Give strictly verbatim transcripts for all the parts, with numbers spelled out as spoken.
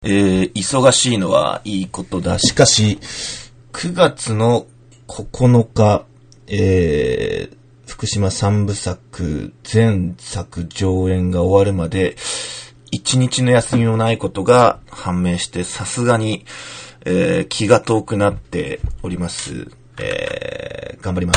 えー、忙しいのはいいことだ。しかし、くがつのここのか、えー、福島三部作全作上演が終わるまで、一日の休みもないことが判明して、さすがに、えー、気が遠くなっております。えー、頑張ります。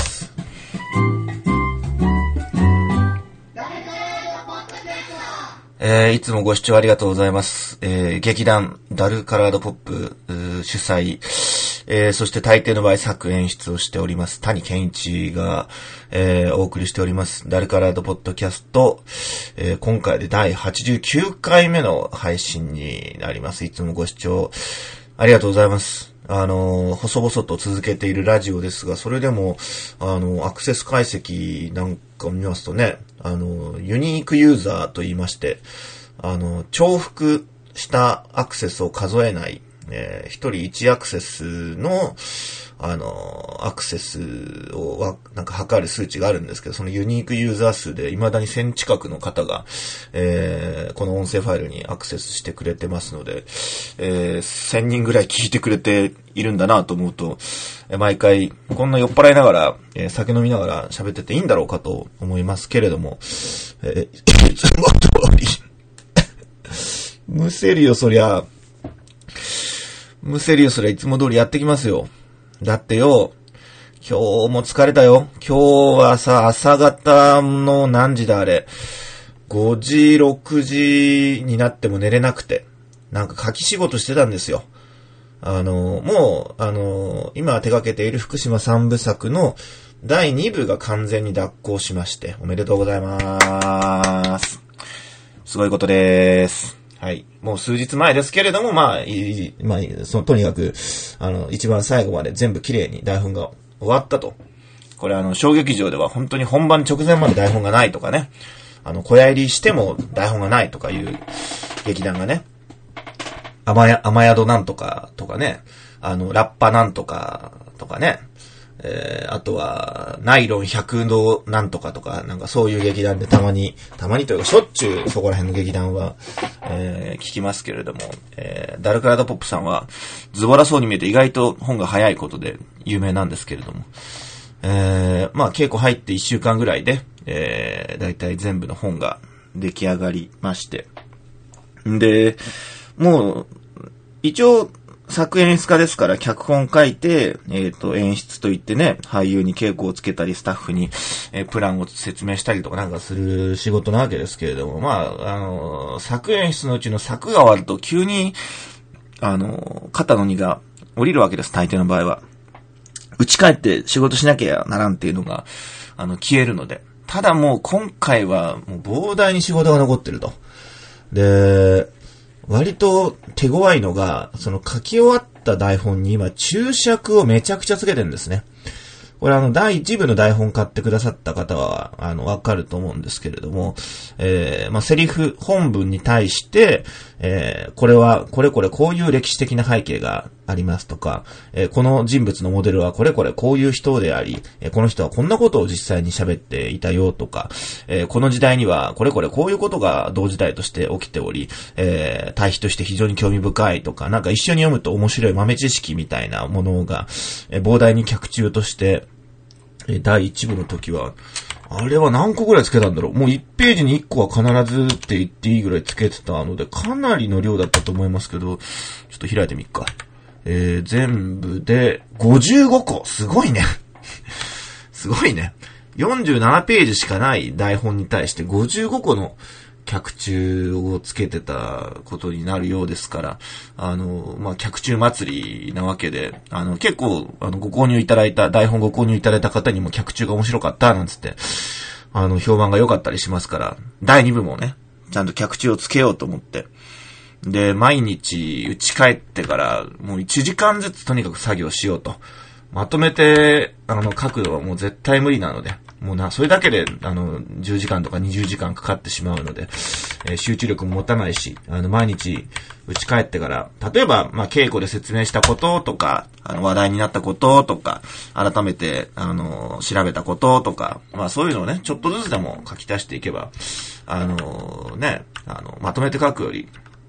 えー、いつもご視聴ありがとうございます。えー、劇団ダルカラードポップ主催、えー、そして大抵の場合作演出をしております谷健一が、えー、お送りしておりますダルカラードポッドキャスト、えー、今回でだいはちじゅうきゅうかいめの配信になります。いつもご視聴ありがとうございます。あの、細々と続けているラジオですが、それでも、あの、アクセス解析なんかを見ますとね、あの、ユニークユーザーと言いまして、あの、重複したアクセスを数えない、えー、一人一アクセスの、あの、アクセスを、なんか測る数値があるんですけど、そのユニークユーザー数で未だにせん近くの方が、えー、この音声ファイルにアクセスしてくれてますので、えー、せんにんぐらい聞いてくれているんだなと思うと、毎回、こんな酔っ払いながら、えー、酒飲みながら喋ってていいんだろうかと思いますけれども、えー、いつも通り、むせるよ、そりゃ。むせるよ、そりゃいつも通りやってきますよ。だってよ、今日も疲れたよ。今日はさ、朝方の何時だあれ。ごじ、ろくじになっても寝れなくて。なんか書き仕事してたんですよ。あの、もう、あの、今手掛けている福島三部作のだいにぶが完全に脱行しまして、おめでとうございます。すごいことです。はい。もう数日前ですけれども、まあ、いい、まあ、その、とにかく、あの、一番最後まで全部綺麗に台本が終わったと。これあの、小劇場では本当に本番直前まで台本がないとかね。あの、小屋入りしても台本がないとかいう劇団がね。雨や、雨宿なんとかとかね。あの、ラッパなんとかとかね。えー、あとは、ナイロンひゃくどなんとかとか、なんかそういう劇団でたまに、たまにというかしょっちゅうそこら辺の劇団は、えー、聞きますけれども、えー、ダルカラドポップさんはズボラそうに見えて意外と本が早いことで有名なんですけれども、えー、まあ稽古入っていっしゅうかんぐらいで、えー、だいたい全部の本が出来上がりまして、で、もう、一応、作演出家ですから脚本書いて、えっと、演出といってね、俳優に稽古をつけたり、スタッフに、えー、プランを説明したりとかなんかする仕事なわけですけれども、まあ、あの、作演出のうちの作が終わると急に、あの、肩の荷が降りるわけです、大抵の場合は。家帰って仕事しなきゃならんっていうのが、あの、消えるので。ただもう今回は、もう膨大に仕事が残ってると。で、割と手強いのが、その書き終わった台本に今注釈をめちゃくちゃつけてるんですね。これあの第一部の台本買ってくださった方はあのわかると思うんですけれども、えー、まあセリフ本文に対して、えー、これはこれこれこういう歴史的な背景がありますとか、えー、この人物のモデルはこれこれこういう人であり、えー、この人はこんなことを実際に喋っていたよとか、えー、この時代にはこれこれこういうことが同時代として起きており、えー、対比として非常に興味深いとか、なんか一緒に読むと面白い豆知識みたいなものが、えー、膨大に脚注としてだいいち部の時は、あれは何個ぐらいつけたんだろう。もういちページにいっこは必ずって言っていいぐらいつけてたので、かなりの量だったと思いますけど、ちょっと開いてみっか。えー、全部でごじゅうごこ。すごいね。すごいね。よんじゅうななページしかない台本に対してごじゅうごこの脚注をつけてたことになるようですから、あの、まあ、脚注祭りなわけで、あの、結構、あの、ご購入いただいた、台本ご購入いただいた方にも脚注が面白かった、なんつって、あの、評判が良かったりしますから、だいに部もね、ちゃんと脚注をつけようと思って、で、毎日、家帰ってから、もういちじかんずつとにかく作業しようと。まとめて、あの、書くのはもう絶対無理なので、もうな、それだけで、あの、じゅうじかんとかにじゅうじかんかかってしまうので、えー、集中力も持たないし、あの、毎日、家帰ってから、例えば、まあ、稽古で説明したこととか、あの、話題になったこととか、改めて、あの、調べたこととか、まあ、そういうのをね、ちょっとずつでも書き足していけば、あの、ね、あの、まとめて書くより、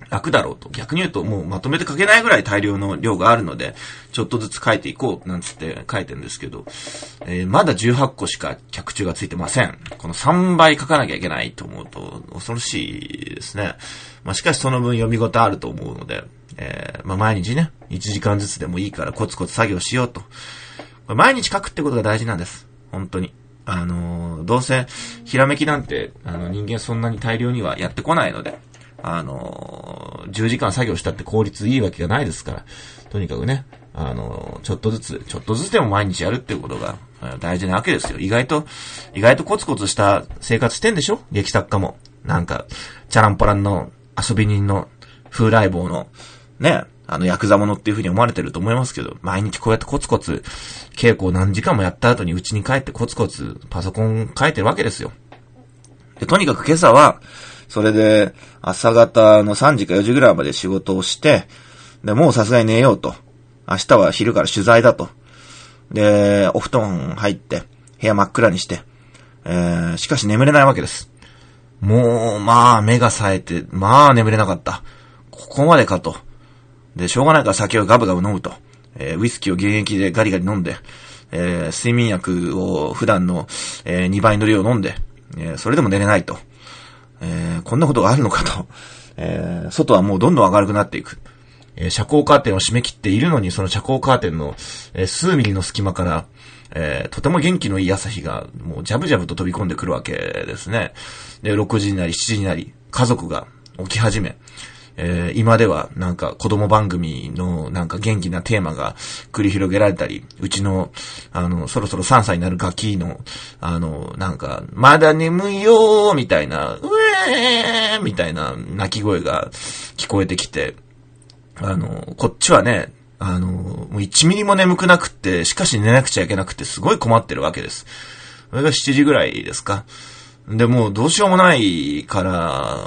楽だろうと。逆に言うともうまとめて書けないぐらい大量の量があるので、ちょっとずつ書いていこうなんつって書いてるんですけど、えー、まだじゅうはっこしか脚注がついてません。このさんばい書かなきゃいけないと思うと恐ろしいですね。まあ、しかしその分読み応えあると思うので、えー、まあ、毎日ね、いちじかんずつでもいいからコツコツ作業しようと。毎日書くってことが大事なんです。本当に。あのー、どうせひらめきなんてあの人間そんなに大量にはやってこないので、あのー、じゅうじかん作業したって効率いいわけがないですから、とにかくね、あのー、ちょっとずつ、ちょっとずつでも毎日やるっていうことが大事なわけですよ。意外と、意外とコツコツした生活してんでしょ？劇作家も。なんか、チャランポランの遊び人の風来坊の、ね、あの、ヤクザ者っていう風に思われてると思いますけど、毎日こうやってコツコツ、稽古を何時間もやった後に家に帰ってコツコツパソコン書いてるわけですよ。で、とにかく今朝は、それで、朝方のさんじかよじぐらいまで仕事をして、で、もうさすがに寝ようと。明日は昼から取材だと。で、お布団入って、部屋真っ暗にして、えー、しかし眠れないわけです。もう、まあ、目が冴えて、まあ、眠れなかった。ここまでかと。で、しょうがないから酒をガブガブ飲むと。えー、ウイスキーを現役でガリガリ飲んで、えー、睡眠薬を普段の、えー、にばいの量飲んで、えー、それでも寝れないと。えー、こんなことがあるのかと、えー、外はもうどんどん明るくなっていく。えー、遮光カーテンを閉め切っているのに、その遮光カーテンの、えー、数ミリの隙間から、えー、とても元気のいい朝日がもうジャブジャブと飛び込んでくるわけですね。で、ろくじになりしちじになり、家族が起き始め、えー、今ではなんか子供番組のなんか元気なテーマが繰り広げられたり、うちのあのそろそろさんさいになるガキのあのなんかまだ眠いよーみたいなうえーみたいな泣き声が聞こえてきて、あのこっちはねあのもういちミリも眠くなくって、しかし寝なくちゃいけなくてすごい困ってるわけです。それがしちじぐらいですか。で、もうどうしようもないから、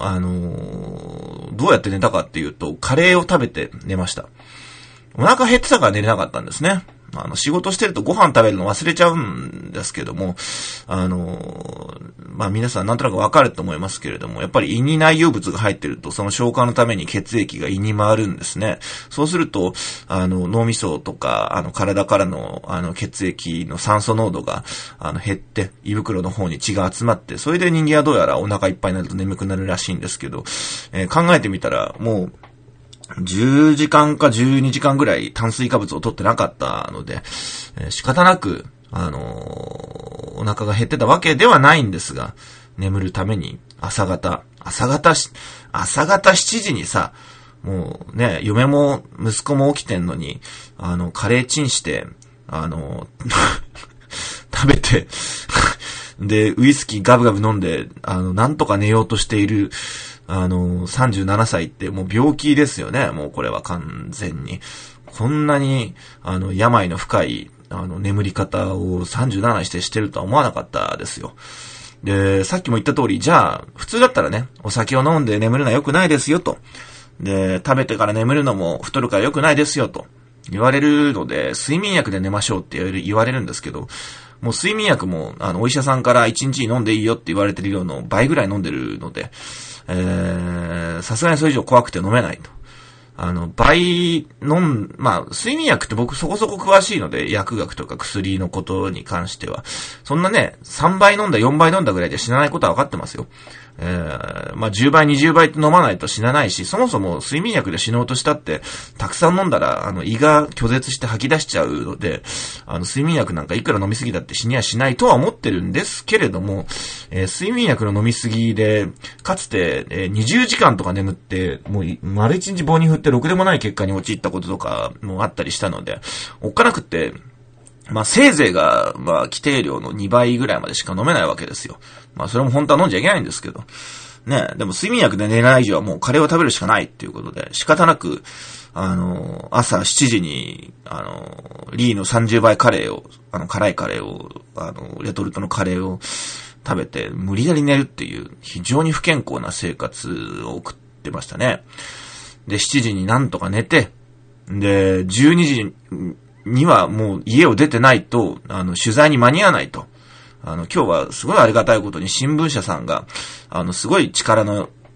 あのー、どうやって寝たかっていうと、カレーを食べて寝ました。お腹減ってたから寝れなかったんですね。あの、仕事してるとご飯食べるの忘れちゃうんですけども、あのー、まあ、皆さんなんとなくわかると思いますけれども、やっぱり胃に内容物が入ってると、その消化のために血液が胃に回るんですね。そうすると、あの、脳みそとか、あの、体からの、あの、血液の酸素濃度が、あの、減って、胃袋の方に血が集まって、それで人間はどうやらお腹いっぱいになると眠くなるらしいんですけど、えー、考えてみたら、もう、じゅうじかんかじゅうにじかんぐらい炭水化物を取ってなかったので、えー、仕方なく、あのー、お腹が減ってたわけではないんですが、眠るために朝方、朝方し、朝方しちじにさ、もうね、嫁も息子も起きてんのに、あの、カレーチンして、あのー、食べて、で、ウイスキーガブガブ飲んで、あの、なんとか寝ようとしている、あの、さんじゅうななさいってもう病気ですよね。もうこれは完全に。こんなに、あの、病の深い、あの、眠り方をさんじゅうななにしてしてるとは思わなかったですよ。で、さっきも言った通り、じゃあ、普通だったらね、お酒を飲んで眠るのは良くないですよと。で、食べてから眠るのも太るから良くないですよと言われるので、睡眠薬で寝ましょうって言われるんですけど、もう睡眠薬も、あの、お医者さんからいちにちに飲んでいいよって言われてる量の倍ぐらい飲んでるので、えー、さすがにそれ以上怖くて飲めないと。あの、倍飲ん、まあ、睡眠薬って僕そこそこ詳しいので、薬学とか薬のことに関しては。そんなね、さんばい飲んだ、よんばい飲んだぐらいで死なないことは分かってますよ。えー、まあ、じゅうばい、にじゅうばいって飲まないと死なないし、そもそも睡眠薬で死のうとしたって、たくさん飲んだら、あの、胃が拒絶して吐き出しちゃうので、あの、睡眠薬なんかいくら飲みすぎだって死にはしないとは思ってるんですけれども、えー、睡眠薬の飲みすぎで、かつて、えー、にじゅうじかんとか眠って、もう、丸一日棒に振ってろくでもない結果に陥ったこととかもあったりしたので、おっかなくって、まあ、せいぜいが、まあ、規定量のにばいぐらいまでしか飲めないわけですよ。まあ、それも本当は飲んじゃいけないんですけど。ね、でも睡眠薬で寝ない以上はもうカレーを食べるしかないっていうことで、仕方なく、あの、朝しちじに、あの、リーのさんじゅうばいカレーを、あの、辛いカレーを、あの、レトルトのカレーを食べて、無理やり寝るっていう、非常に不健康な生活を送ってましたね。で、しちじになんとか寝て、で、じゅうにじにはもう家を出てないと、あの、取材に間に合わないと。あの、今日はすごいありがたいことに新聞社さんが、あの、すごい力の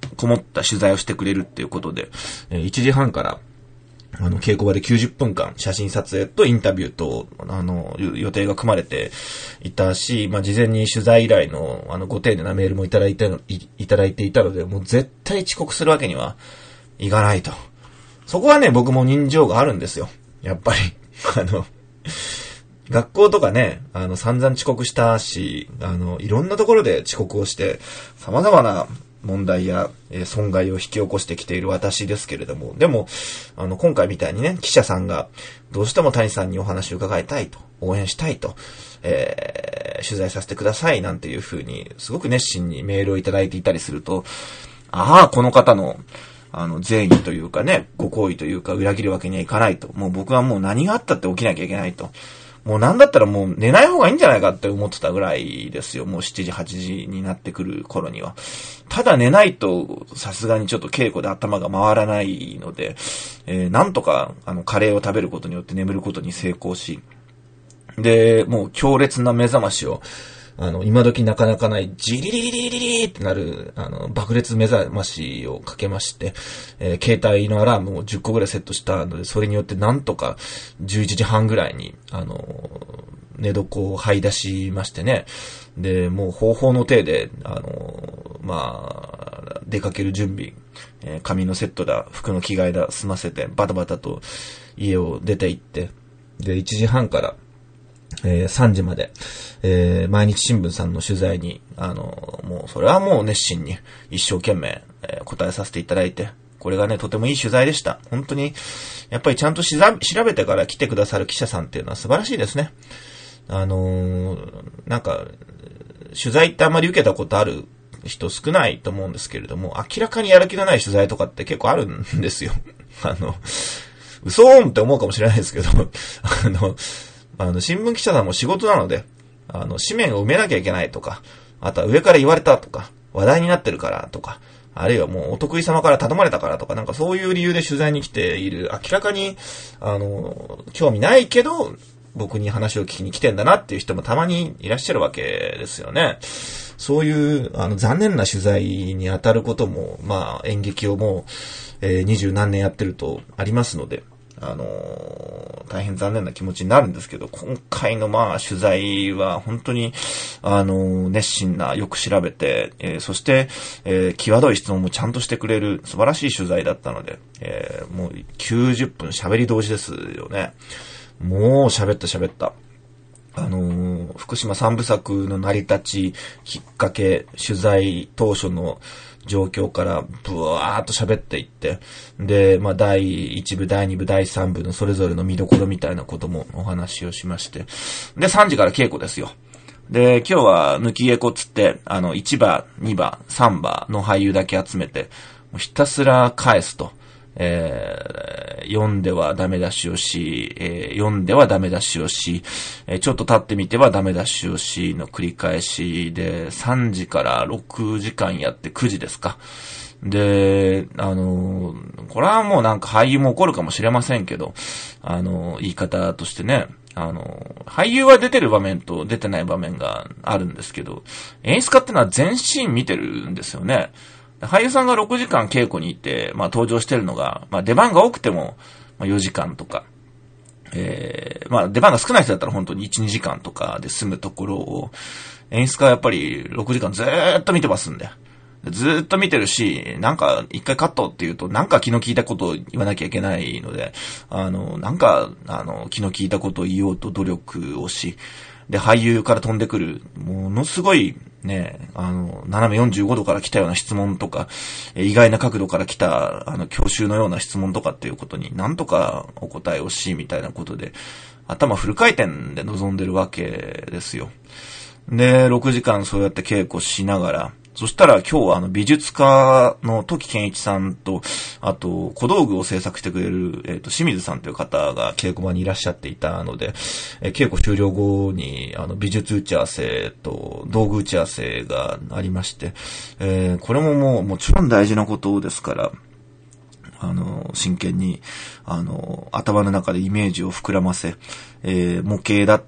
こもった取材をしてくれるっていうことで、えー、いちじはんから、あの、稽古場できゅうじゅっぷんかん写真撮影とインタビューと、あの、予定が組まれていたし、まあ、事前に取材依頼の、あの、ご丁寧なメールもいただいて、い、いただいていたので、もう絶対遅刻するわけにはいかないと。そこはね、僕も人情があるんですよ。やっぱり。あの、学校とかね、あの、散々遅刻したし、あの、いろんなところで遅刻をして、様々な問題や、えー、損害を引き起こしてきている私ですけれども、でも、あの、今回みたいにね、記者さんが、どうしても谷さんにお話を伺いたいと、応援したいと、えー、取材させてくださいなんていう風に、すごく熱心にメールをいただいていたりすると、ああ、この方の、あの、善意というかね、ご好意というか、裏切るわけにはいかないと。もう僕はもう何があったって起きなきゃいけないと。もうなんだったらもう寝ない方がいいんじゃないかって思ってたぐらいですよ。もうしちじ、はちじになってくる頃には。ただ寝ないと、さすがにちょっと稽古で頭が回らないので、えー、なんとか、あの、カレーを食べることによって眠ることに成功し、で、もう強烈な目覚ましを、あの、今時なかなかない、ジリリリリリリってなる、あの、爆裂目覚ましをかけまして、えー、携帯のアラームをじゅっこぐらいセットしたので、それによってなんとかじゅういちじはんぐらいに、あの、寝床を這い出しましてね。で、もう方法の手で、あの、まあ、出かける準備、えー、髪のセットだ、服の着替えだ、済ませて、バタバタと家を出て行って、で、いちじはんから、えー、さんじまで、えー、毎日新聞さんの取材に、あの、もう、それはもう熱心に、一生懸命、えー、答えさせていただいて、これがね、とてもいい取材でした。本当に、やっぱりちゃんとしら調べてから来てくださる記者さんっていうのは素晴らしいですね。あのー、なんか、取材ってあんまり受けたことある人少ないと思うんですけれども、明らかにやる気のない取材とかって結構あるんですよ。あの、嘘ーんって思うかもしれないですけど、あの、あの、新聞記者さんも仕事なので、あの、紙面を埋めなきゃいけないとか、あとは上から言われたとか、話題になってるからとか、あるいはもうお得意様から頼まれたからとか、なんかそういう理由で取材に来ている、明らかに、あの、興味ないけど、僕に話を聞きに来てんだなっていう人もたまにいらっしゃるわけですよね。そういう、あの、残念な取材に当たることも、まあ、演劇をもう、えー、二十何年やってるとありますので、あのー、大変残念な気持ちになるんですけど、今回のまあ取材は本当にあのー、熱心な、よく調べて、えー、そして、えー、際どい質問もちゃんとしてくれる素晴らしい取材だったので、えー、もうきゅうじゅっぷん喋り通しですよね。もう喋った喋った。あのー、福島三部作の成り立ち、きっかけ、取材当初の状況からブワーっと喋っていって、で、まあ、だいいち部、だいに部、だいさん部のそれぞれの見どころみたいなこともお話をしまして、で、さんじから稽古ですよ。で、今日は抜き稽古つって、あの、いちば、にば、さんばの俳優だけ集めて、もうひたすら返すと。えー、読んではダメ出しをし、えー、読んではダメ出しをし、えー、ちょっと経ってみてはダメ出しをしの繰り返しで、さんじからろくじかんやってくじですか。で、あのー、これはもうなんか俳優も怒るかもしれませんけど、あのー、言い方としてね、あのー、俳優は出てる場面と出てない場面があるんですけど、演出家ってのは全シーン見てるんですよね。俳優さんがろくじかん稽古に行って、まあ登場してるのが、まあ出番が多くても、まあよじかんとか、えー、まあ出番が少ない人だったら本当にいち、にじかんとかで済むところを、演出家はやっぱりろくじかんずーっと見てますんで。ずーっと見てるし、なんか一回カットって言うと、なんか気の利いたことを言わなきゃいけないので、あの、なんか、あの、気の利いたことを言おうと努力をし、で、俳優から飛んでくる、ものすごい、ね、あの、斜めよんじゅうごどから来たような質問とか、意外な角度から来た、あの、教習のような質問とかっていうことに、なんとかお答えをし、みたいなことで、頭フル回転で臨んでるわけですよ。で、ろくじかんそうやって稽古しながら、そしたら今日はあの美術家の時健一さんと、あと小道具を制作してくれる、えっと、清水さんという方が稽古場にいらっしゃっていたので、えー、稽古終了後にあの美術打ち合わせと道具打ち合わせがありまして、えー、これももうもちろん大事なことですから、あの、真剣に、あの、頭の中でイメージを膨らませ、えー、模型だったり、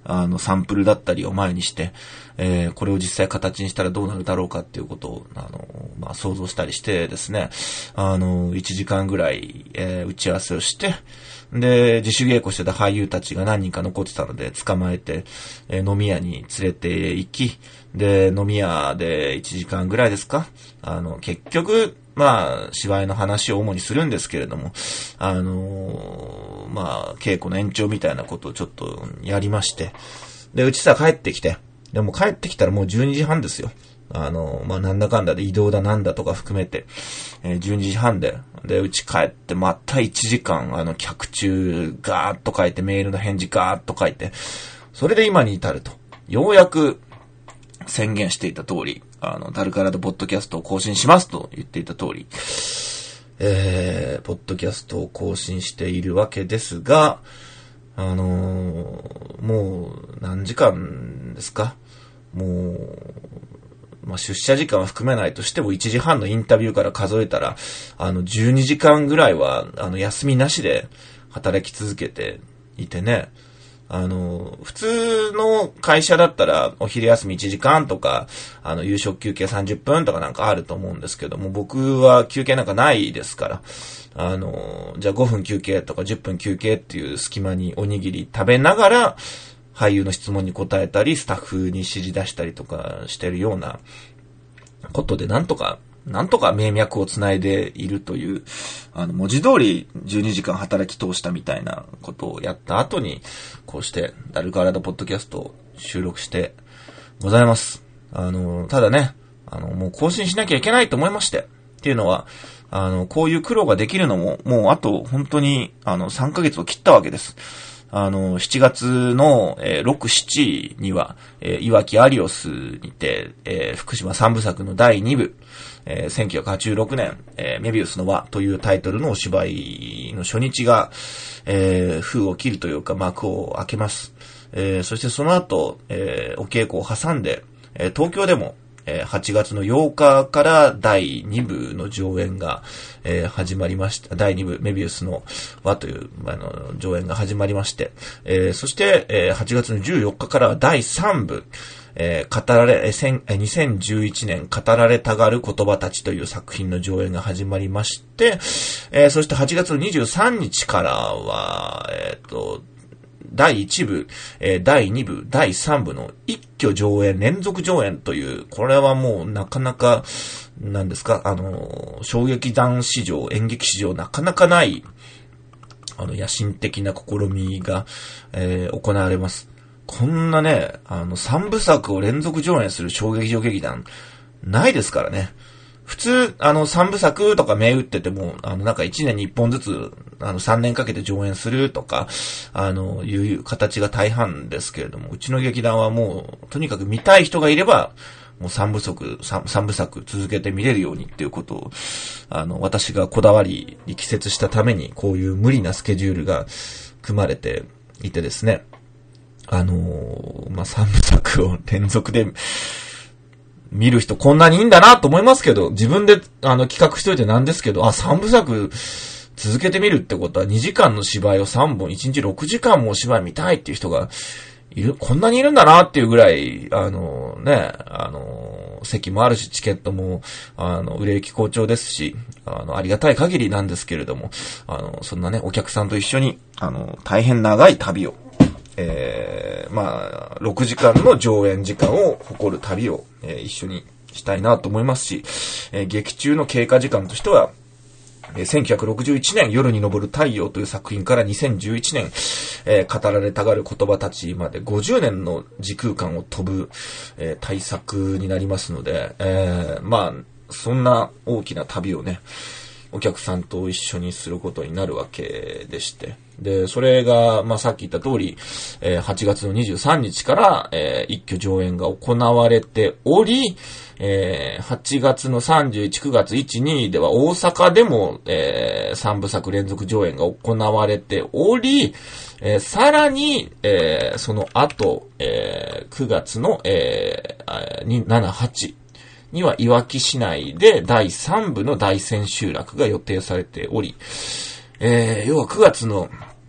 あの、サンプルだったりを前にして、えー、これを実際形にしたらどうなるだろうかっていうことを、あの、まあ、想像したりしてですね、あの、いちじかんぐらい、えー、打ち合わせをして、で、自主稽古してた俳優たちが何人か残ってたので捕まえて、えー、飲み屋に連れて行き、で、飲み屋でいちじかんぐらいですか？あの、結局、まあ、芝居の話を主にするんですけれども、あのー、まあ、稽古の延長みたいなことをちょっとやりまして、で、うちさ帰ってきて、でも帰ってきたらもうじゅうにじはんですよ。あの、まあ、なんだかんだで移動だなんだとか含めて、えー、じゅうにじはんで、で、うち帰ってまたいちじかん、あの、客中ガーッと書いて、メールの返事ガーッと書いて、それで今に至ると。ようやく宣言していた通り、あの、ダルカラドポッドキャストを更新しますと言っていた通り、えー、ポッドキャストを更新しているわけですが、あのー、もう何時間ですか？もう、まあ、出社時間は含めないとしてもいちじはんのインタビューから数えたら、あの、じゅうにじかんぐらいは、あの、休みなしで働き続けていてね、あの、普通の会社だったら、お昼休みいちじかんとか、あの、夕食休憩さんじゅっぷんとかなんかあると思うんですけども、僕は休憩なんかないですから、あの、じゃあごふん休憩とかじゅっぷん休憩っていう隙間におにぎり食べながら、俳優の質問に答えたり、スタッフに指示出したりとかしてるようなことで、なんとか、なんとか命脈をつないでいるという、あの、文字通りじゅうにじかん働き通したみたいなことをやった後に、こうして、ダルカラドポッドキャストを収録してございます。あの、ただね、あの、もう更新しなきゃいけないと思いまして、っていうのは、あの、こういう苦労ができるのも、もうあと、本当に、あの、さんかげつを切ったわけです。あの、しちがつの、えー、ろく、しちには、えー、いわきアリオスにて、えー、福島三部作のだいにぶ、えー、せんきゅうひゃくはちじゅうろくねん、えー、メビウスの輪というタイトルのお芝居の初日が、えー、封を切るというか幕を開けます。えー、そしてその後、えー、お稽古を挟んで、えー、東京でも、はちがつのようかからだいにぶの上演が、えー、始まりました。だいにぶ、メビウスの輪という、あの、上演が始まりまして、えー、そして、えー、はちがつのじゅうよっかからはだいさんぶ、えー、語られ、えー、にせんじゅういちねん語られたがる言葉たちという作品の上演が始まりまして、えー、そしてはちがつのにじゅうさんにちからは、えっと、だいいちぶ、えー、だいにぶ、だいさんぶの一挙上演、連続上演という、これはもうなかなか、なんですか、あの、小劇団史上、演劇史上なかなかない、あの、野心的な試みが、えー、行われます。こんなね、あの、三部作を連続上演する小劇場劇団、ないですからね。普通、あの、三部作とか銘打ってても、あの、なんか一年に一本ずつ、あの、三年かけて上演するとか、あの、いう形が大半ですけれども、うちの劇団はもう、とにかく見たい人がいれば、もう三部作、三, 三部作続けて見れるようにっていうことを、あの、私がこだわり、力説したために、こういう無理なスケジュールが組まれていてですね、あの、まあ、三部作を連続で、見る人こんなにいいんだなと思いますけど、自分であの企画しといてなんですけど、あ、三部作続けてみるってことはにじかんの芝居をさんぼん、いちにちろくじかんもお芝居見たいっていう人がいる、こんなにいるんだなっていうぐらい、あのね、あの、席もあるし、チケットも、あの、売れ行き好調ですし、あの、ありがたい限りなんですけれども、あの、そんなね、お客さんと一緒に、あの、大変長い旅を、えー、まあ、ろくじかんの上演時間を誇る旅を、えー、一緒にしたいなと思いますし、えー、劇中の経過時間としては、えー、せんきゅうひゃくろくじゅういちねん夜に昇る太陽という作品からにせんじゅういちねん、えー、語られたがる言葉たちまでごじゅうねんの時空間を飛ぶ、えー、大作になりますので、えー、まあ、そんな大きな旅をね、お客さんと一緒にすることになるわけでして。で、それが、まあ、さっき言った通り、えー、はちがつのにじゅうさんにちから、えー、一挙上演が行われており、えー、はちがつのさんじゅういち、くがついち、にでは大阪でも、えー、さんぶさく連続上演が行われており、えー、さらに、えー、その後、えー、くがつの、えー、に、しち、はち、にはいわき市内でだいさんぶの大千秋楽が予定されており、えー、要はくがつの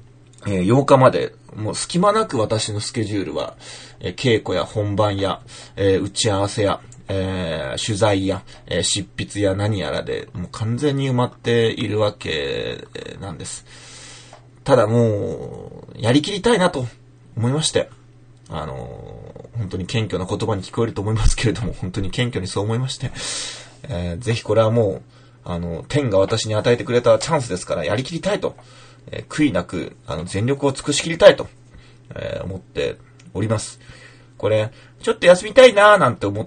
えー、ようかまで、もう隙間なく私のスケジュールは、えー、稽古や本番や、えー、打ち合わせや、えー、取材や、えー、執筆や何やらで、もう完全に埋まっているわけなんです。ただもう、やりきりたいなと思いまして、あのー、本当に謙虚な言葉に聞こえると思いますけれども、本当に謙虚にそう思いまして、えー、ぜひこれはもう、あの、天が私に与えてくれたチャンスですから、やりきりたいと、えー、悔いなく、あの、全力を尽くしきりたいと、えー、思っております。これ、ちょっと休みたいなーなんて思って、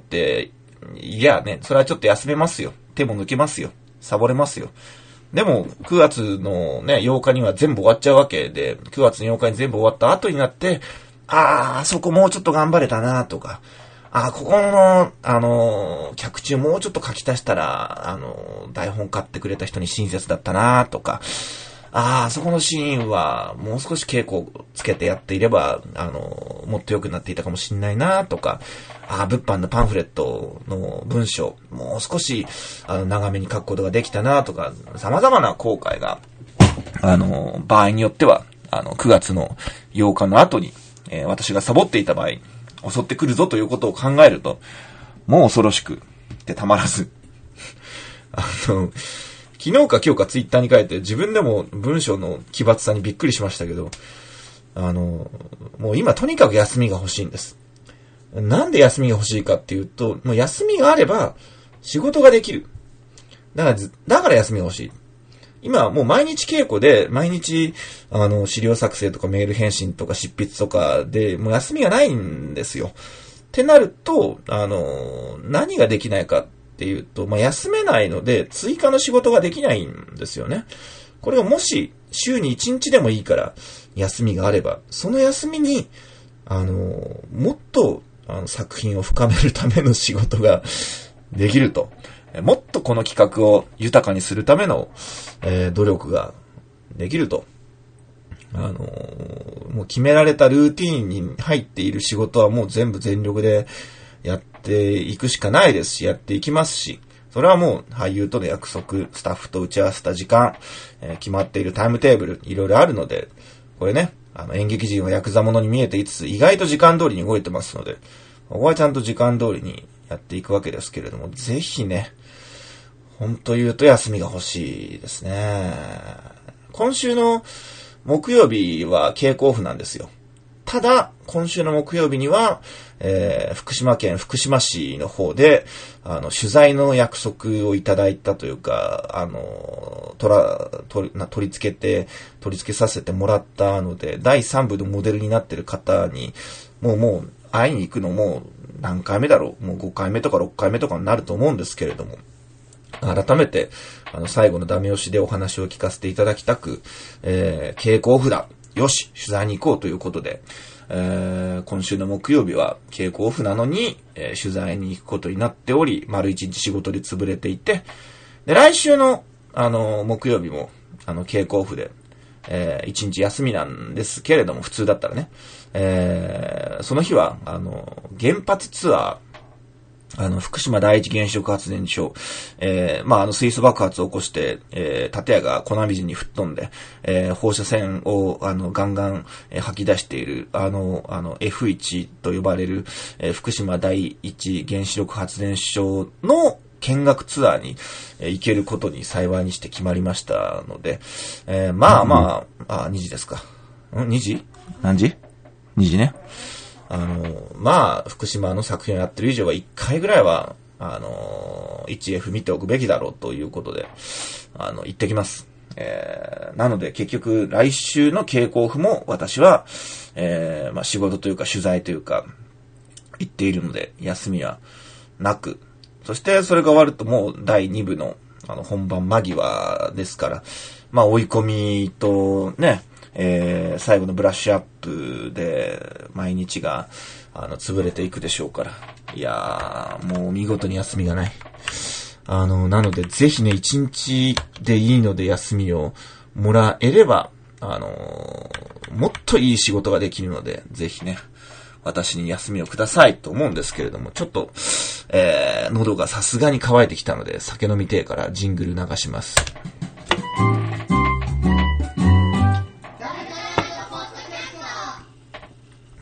いやね、それはちょっと休めますよ。手も抜けますよ。サボれますよ。でも、くがつのね、ようかには全部終わっちゃうわけで、くがつのようかに全部終わった後になって、あー、そこもうちょっと頑張れたなとか、あー、ここの、あのー、脚注もうちょっと書き足したら、あのー、台本買ってくれた人に親切だったなとか、あー、そこのシーンは、もう少し稽古つけてやっていれば、あのー、もっと良くなっていたかもしれないなとか、あー、物販のパンフレットの文章、もう少し、あの、長めに書くことができたなとか、様々な後悔が、あのー、場合によっては、あの、くがつのようかの後に、えー、私がサボっていた場合、襲ってくるぞということを考えると、もう恐ろしくてたまらず。あの、昨日か今日かツイッターに書いて自分でも文章の奇抜さにびっくりしましたけど、あの、もう今とにかく休みが欲しいんです。なんで休みが欲しいかっていうと、もう休みがあれば仕事ができる。だから、だから休みが欲しい。今もう毎日稽古で、毎日、あの、資料作成とかメール返信とか執筆とかで、もう休みがないんですよ。ってなると、あの、何ができないかっていうと、まあ、休めないので、追加の仕事ができないんですよね。これがもし、週にいちにちでもいいから、休みがあれば、その休みに、あの、もっと、あの、作品を深めるための仕事ができると。もっとこの企画を豊かにするための、えー、努力ができると。あのー、もう決められたルーティーンに入っている仕事はもう全部全力でやっていくしかないですし、やっていきますし、それはもう俳優との約束、スタッフと打ち合わせた時間、えー、決まっているタイムテーブル、いろいろあるので、これね、あの演劇人はヤクザ者に見えていつつ、意外と時間通りに動いてますので、ここはちゃんと時間通りにやっていくわけですけれども、ぜひね、本当言うと休みが欲しいですね。今週の木曜日は稽古オフなんですよ。ただ、今週の木曜日には、えー、福島県福島市の方で、あの、取材の約束をいただいたというか、あの、取ら、取り、取り付けて、取り付けさせてもらったので、だいさんぶのモデルになってる方に、もうもう会いに行くのも何回目だろう、もうごかいめとかろっかいめとかになると思うんですけれども、改めて、あの、最後のダメ押しでお話を聞かせていただきたく、えー、稽古オフだ。よし、取材に行こうということで、えー、今週の木曜日は稽古オフなのに、えー、取材に行くことになっており、丸一日仕事で潰れていて、で、来週の、あの、木曜日も、あの、稽古オフで、えー、一日休みなんですけれども、普通だったらね、えー、その日は、あの、原発ツアー、あの、福島第一原子力発電所、えー、まあ、あの、水素爆発を起こして、えー、建屋が粉水に吹っ飛んで、えー、放射線を、あの、ガンガン、えー、吐き出している、あの、あの、エフワン と呼ばれる、えー、福島第一原子力発電所の見学ツアーに、えー、行けることに幸いにして決まりましたので、えー、まあまあ、あ、にじですか。ん ?に 時何時 ?に 時ね。あの、まあ、福島の作品をやってる以上はいっかいぐらいは、あの、ワンエフ 見ておくべきだろうということで、あの、行ってきます。えー、なので結局来週の稽古オフも私は、えー、まあ仕事というか取材というか、行っているので休みはなく、そしてそれが終わるともうだいにぶの、あの、本番間際ですから、まあ追い込みとね、えー、最後のブラッシュアップで毎日があの潰れていくでしょうから、いやーもう見事に休みがない。あのなのでぜひね一日でいいので休みをもらえればあのー、もっといい仕事ができるのでぜひね私に休みをくださいと思うんですけれども、ちょっと、えー、喉がさすがに乾いてきたので酒飲みてえからジングル流します。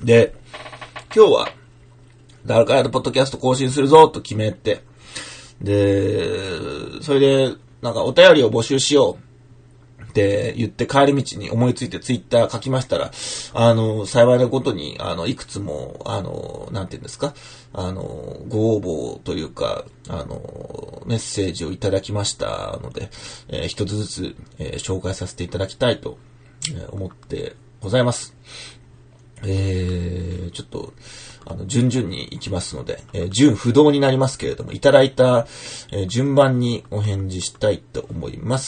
で、今日は、ダルカヤドポッドキャスト更新するぞと決めて、で、それで、なんかお便りを募集しようって言って帰り道に思いついてツイッター書きましたら、あの、幸いなことに、あの、いくつも、あの、なんていうんですか、あの、ご応募というか、あの、メッセージをいただきましたので、えー、一つずつ、えー、紹介させていただきたいと、えー、思ってございます。えー、ちょっと、あの、順々に行きますので、えー、順不動になりますけれども、いただいた、えー、順番にお返事したいと思います。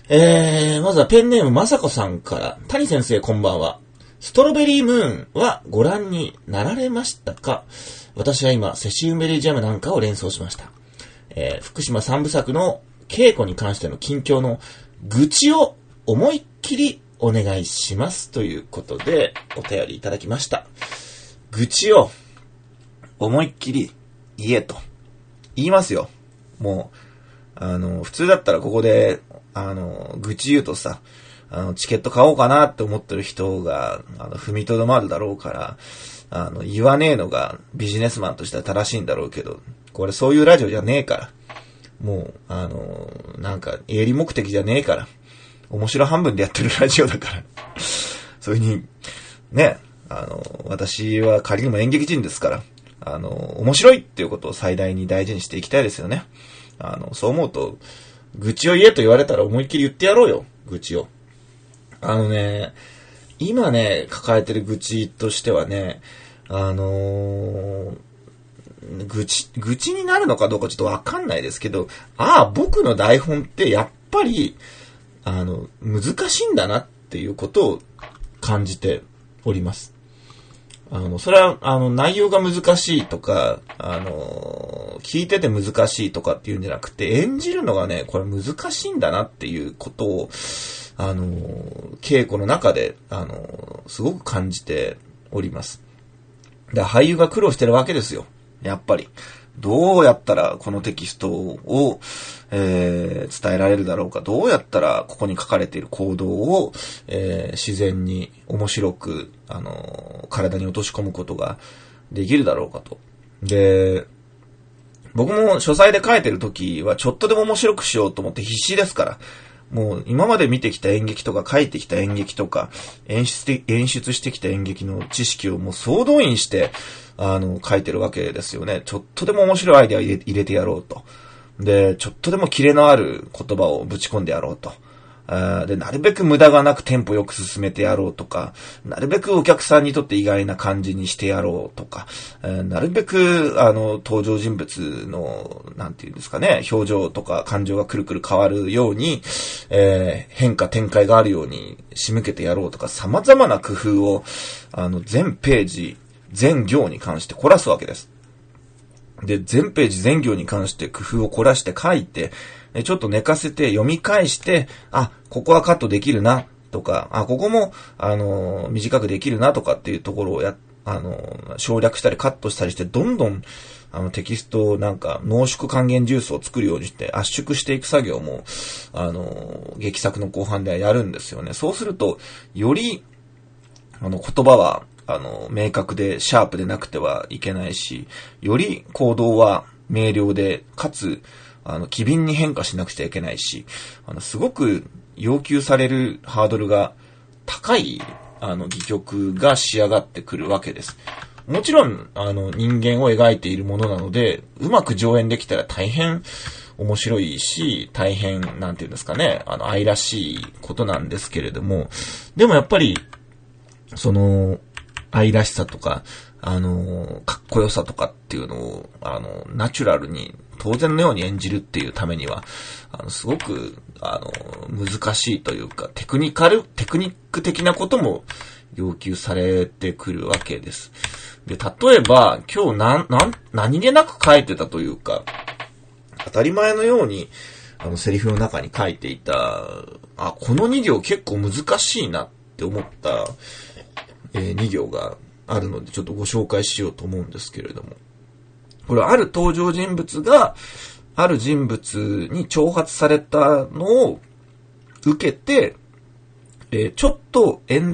えー、まずはペンネームまさこさんから、谷先生こんばんは。ストロベリームーンはご覧になられましたか？私は今、セシウムベリージャムなんかを連想しました。えー、福島三部作の稽古に関しての近況の愚痴を思いっきりお願いしますということでお便りいただきました。愚痴を思いっきり言えと言いますよ。もうあの普通だったらここであの愚痴言うとさ、あのチケット買おうかなって思ってる人があの踏みとどまるだろうから、あの言わねえのがビジネスマンとしては正しいんだろうけど、これそういうラジオじゃねえから、もうあのなんか営利目的じゃねえから、面白半分でやってるラジオだからそれにね、あの私は仮にも演劇人ですから、あの面白いっていうことを最大に大事にしていきたいですよね。あのそう思うと、愚痴を言えと言われたら思いっきり言ってやろうよ、愚痴を。あのね、今ね抱えてる愚痴としてはね、あのー、愚痴愚痴になるのかどうかちょっとわかんないですけど、ああ僕の台本ってやっぱりあの難しいんだなっていうことを感じております。あのそれはあの内容が難しいとか、あの聞いてて難しいとかっていうんじゃなくて、演じるのがねこれ難しいんだなっていうことをあの稽古の中であのすごく感じております。で俳優が苦労してるわけですよ。やっぱりどうやったらこのテキストを、えー、伝えられるだろうか、どうやったらここに書かれている行動を、えー、自然に面白く、あのー、体に落とし込むことができるだろうかと。で、僕も書斎で書いてるときはちょっとでも面白くしようと思って必死ですから。もう今まで見てきた演劇とか書いてきた演劇とか演出演出してきた演劇の知識をもう総動員してあの書いてるわけですよね。ちょっとでも面白いアイデアを入れ、入れてやろうと。で、ちょっとでもキレのある言葉をぶち込んでやろうと。で、なるべく無駄がなくテンポよく進めてやろうとか、なるべくお客さんにとって意外な感じにしてやろうとか、なるべくあの登場人物のなんていうんですかね、表情とか感情がくるくる変わるように、えー、変化展開があるように仕向けてやろうとか、様々な工夫をあの全ページ全行に関して凝らすわけです。で、全ページ全行に関して工夫を凝らして書いて、ちょっと寝かせて読み返して、あ、ここはカットできるなとか、あ、ここもあの短くできるなとかっていうところをやあの省略したりカットしたりして、どんどんあのテキストをなんか濃縮還元ジュースを作るようにして圧縮していく作業もあの劇作の後半ではやるんですよね。そうするとよりあの言葉はあの明確でシャープでなくてはいけないし、より行動は明瞭でかつあの機敏に変化しなくちゃいけないし、あのすごく要求されるハードルが高いあの戯曲が仕上がってくるわけです。もちろんあの人間を描いているものなので、うまく上演できたら大変面白いし、大変なんていうんですかね、あの愛らしいことなんですけれども、でもやっぱりその愛らしさとかあのかっこよさとかっていうのをあのナチュラルに当然のように演じるっていうためには、あのすごくあの難しいというか、テクニカルテクニック的なことも要求されてくるわけです。で、例えば今日なんなん何気なく書いてたというか、当たり前のようにあのセリフの中に書いていた、あ、このに行結構難しいなって思った、えー、に行があるのでちょっとご紹介しようと思うんですけれども、これある登場人物がある人物に挑発されたのを受けて、えー、ちょっと演説っ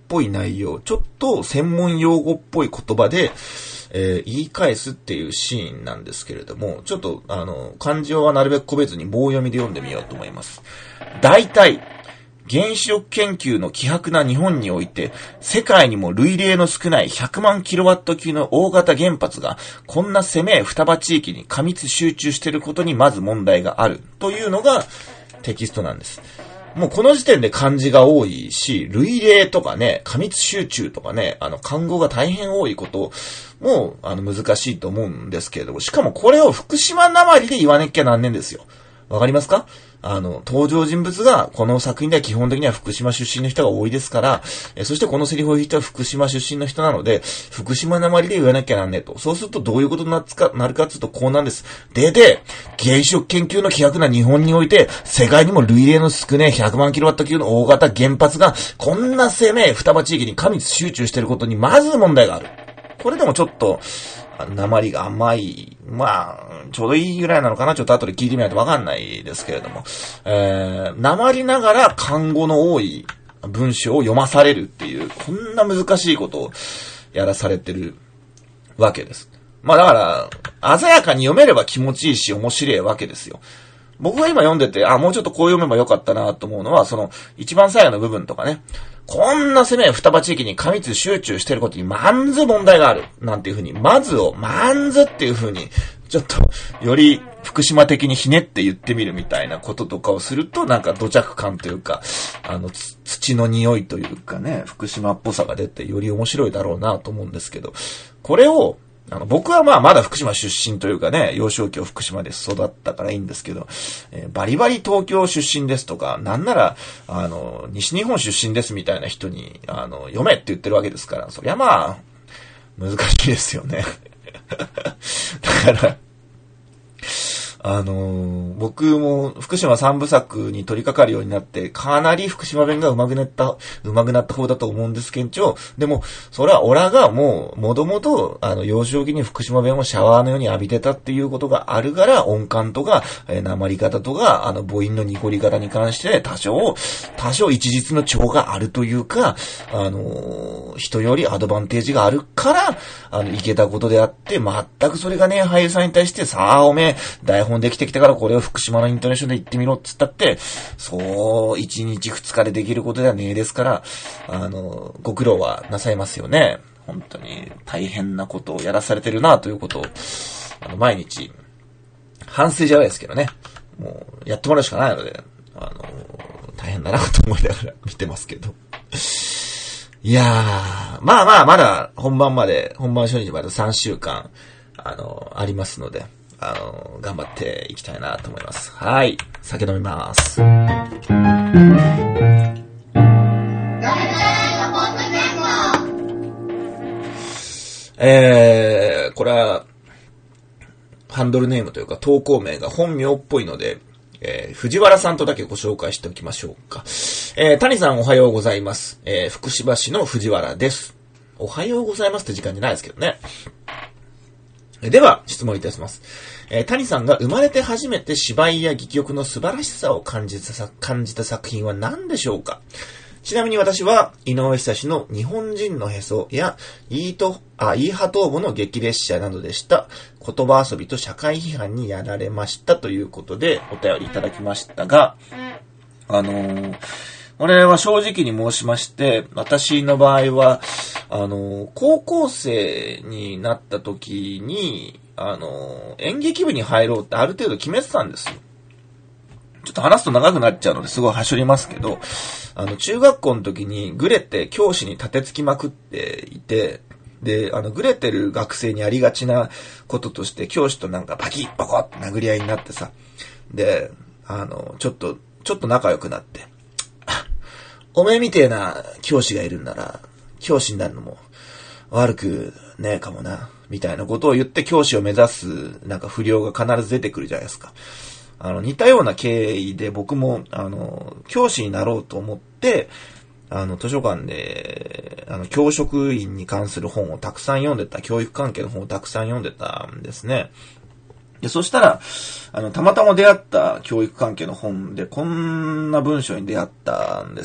ぽい内容、ちょっと専門用語っぽい言葉で、えー、言い返すっていうシーンなんですけれども、ちょっと、あの、漢字はなるべく個別に棒読みで読んでみようと思います。大体、原子力研究の希薄な日本において、世界にも類例の少ないひゃくまんキロワット級の大型原発が、こんな狭い双葉地域に過密集中していることにまず問題があるというのがテキストなんです。もうこの時点で漢字が多いし、類例とかね、過密集中とかね、あの漢語が大変多いこともあの難しいと思うんですけれども、しかもこれを福島なまりで言わなきゃなんねんですよ。わかりますか？あの、登場人物が、この作品では基本的には福島出身の人が多いですから、えそしてこのセリフを言った福島出身の人なので、福島なまりで言わなきゃなんねえと。そうするとどういうことになるか、なるかっていうとこうなんです。で、で、原子力研究の希薄な日本において、世界にも類例の少ねえひゃくまんキロワット級の大型原発が、こんな狭い双葉地域に過密集中していることにまず問題がある。これでもちょっと、訛りが甘い。まあ、ちょうどいいぐらいなのかな。ちょっと後で聞いてみないとわかんないですけれども。えー、訛りながら漢語の多い文章を読まされるっていう、こんな難しいことをやらされてるわけです。まあだから、鮮やかに読めれば気持ちいいし面白いわけですよ。僕が今読んでて、あ、もうちょっとこう読めばよかったなと思うのは、その、一番最後の部分とかね。こんな狭い双葉地域に過密集中してることにまんず問題がある。なんていうふうに、まずをまんずっていうふうに、ちょっと、より福島的にひねって言ってみるみたいなこととかをすると、なんか土着感というか、あの、土の匂いというかね、福島っぽさが出てより面白いだろうなと思うんですけど、これを、あの、僕はまあまだ福島出身というかね、幼少期を福島で育ったからいいんですけど、えー、バリバリ東京出身ですとか、なんなら、あの、西日本出身ですみたいな人に、あの、読めって言ってるわけですから、そりゃまあ、難しいですよね。だから、あのー、僕も福島三部作に取り掛かるようになって、かなり福島弁が上手くなった、上手くなった方だと思うんですけど、でも、それはオラがもう、もともと、あの、幼少期に福島弁をシャワーのように浴びてたっていうことがあるから、音感とか、えー、訛り方とか、あの、母音の濁り方に関して、多少、多少一実の調があるというか、あのー、人よりアドバンテージがあるから、あの、いけたことであって、全くそれがね、俳優さんに対して、さあ、おめえ、台本できてきたからこれを福島のイントネーションで言ってみろって言ったって、そう、一日二日でできることではねえですから、あの、ご苦労はなさいますよね。本当に大変なことをやらされてるなということを、あの、毎日、反省じゃないですけどね、もう、やってもらうしかないので、あの、大変だなと思いながら見てますけど。いやー、まあまあ、まだ本番まで、本番初日までさんしゅうかん、あの、ありますので、あの、頑張っていきたいなと思います。はい。酒飲みます。えー、これは、ハンドルネームというか投稿名が本名っぽいので、えー、藤原さんとだけご紹介しておきましょうか。えー、谷さんおはようございます。えー、福島市の藤原です。おはようございますって時間じゃないですけどね。では、質問いたします。えー、谷さんが生まれて初めて芝居や戯曲の素晴らしさを感じた、感じた作品は何でしょうか？ちなみに私は、井上久志の日本人のへそや、イート、あ、イーハトーボの激列車などでした。言葉遊びと社会批判にやられましたということでお便りいただきましたが、あのー、これは正直に申しまして、私の場合は、あのー、高校生になった時に、あのー、演劇部に入ろうってある程度決めてたんですよ。ちょっと話すと長くなっちゃうのですごいはしょりますけど、あの、中学校の時にグレて教師に立てつきまくっていて、で、あの、グレてる学生にありがちなこととして、教師となんかバキッバコッって殴り合いになってさ、で、あの、ちょっと、ちょっと仲良くなって、おめえみてえな教師がいるんなら、教師になるのも悪くねえかもな、みたいなことを言って教師を目指すなんか不良が必ず出てくるじゃないですか。あの、似たような経緯で僕も、あの、教師になろうと思って、あの、図書館で、あの、教職員に関する本をたくさん読んでた、教育関係の本をたくさん読んでたんですね。 で、そしたら、あの、たまたま出会った教育関係の本で、こんな文章に出会ったんです。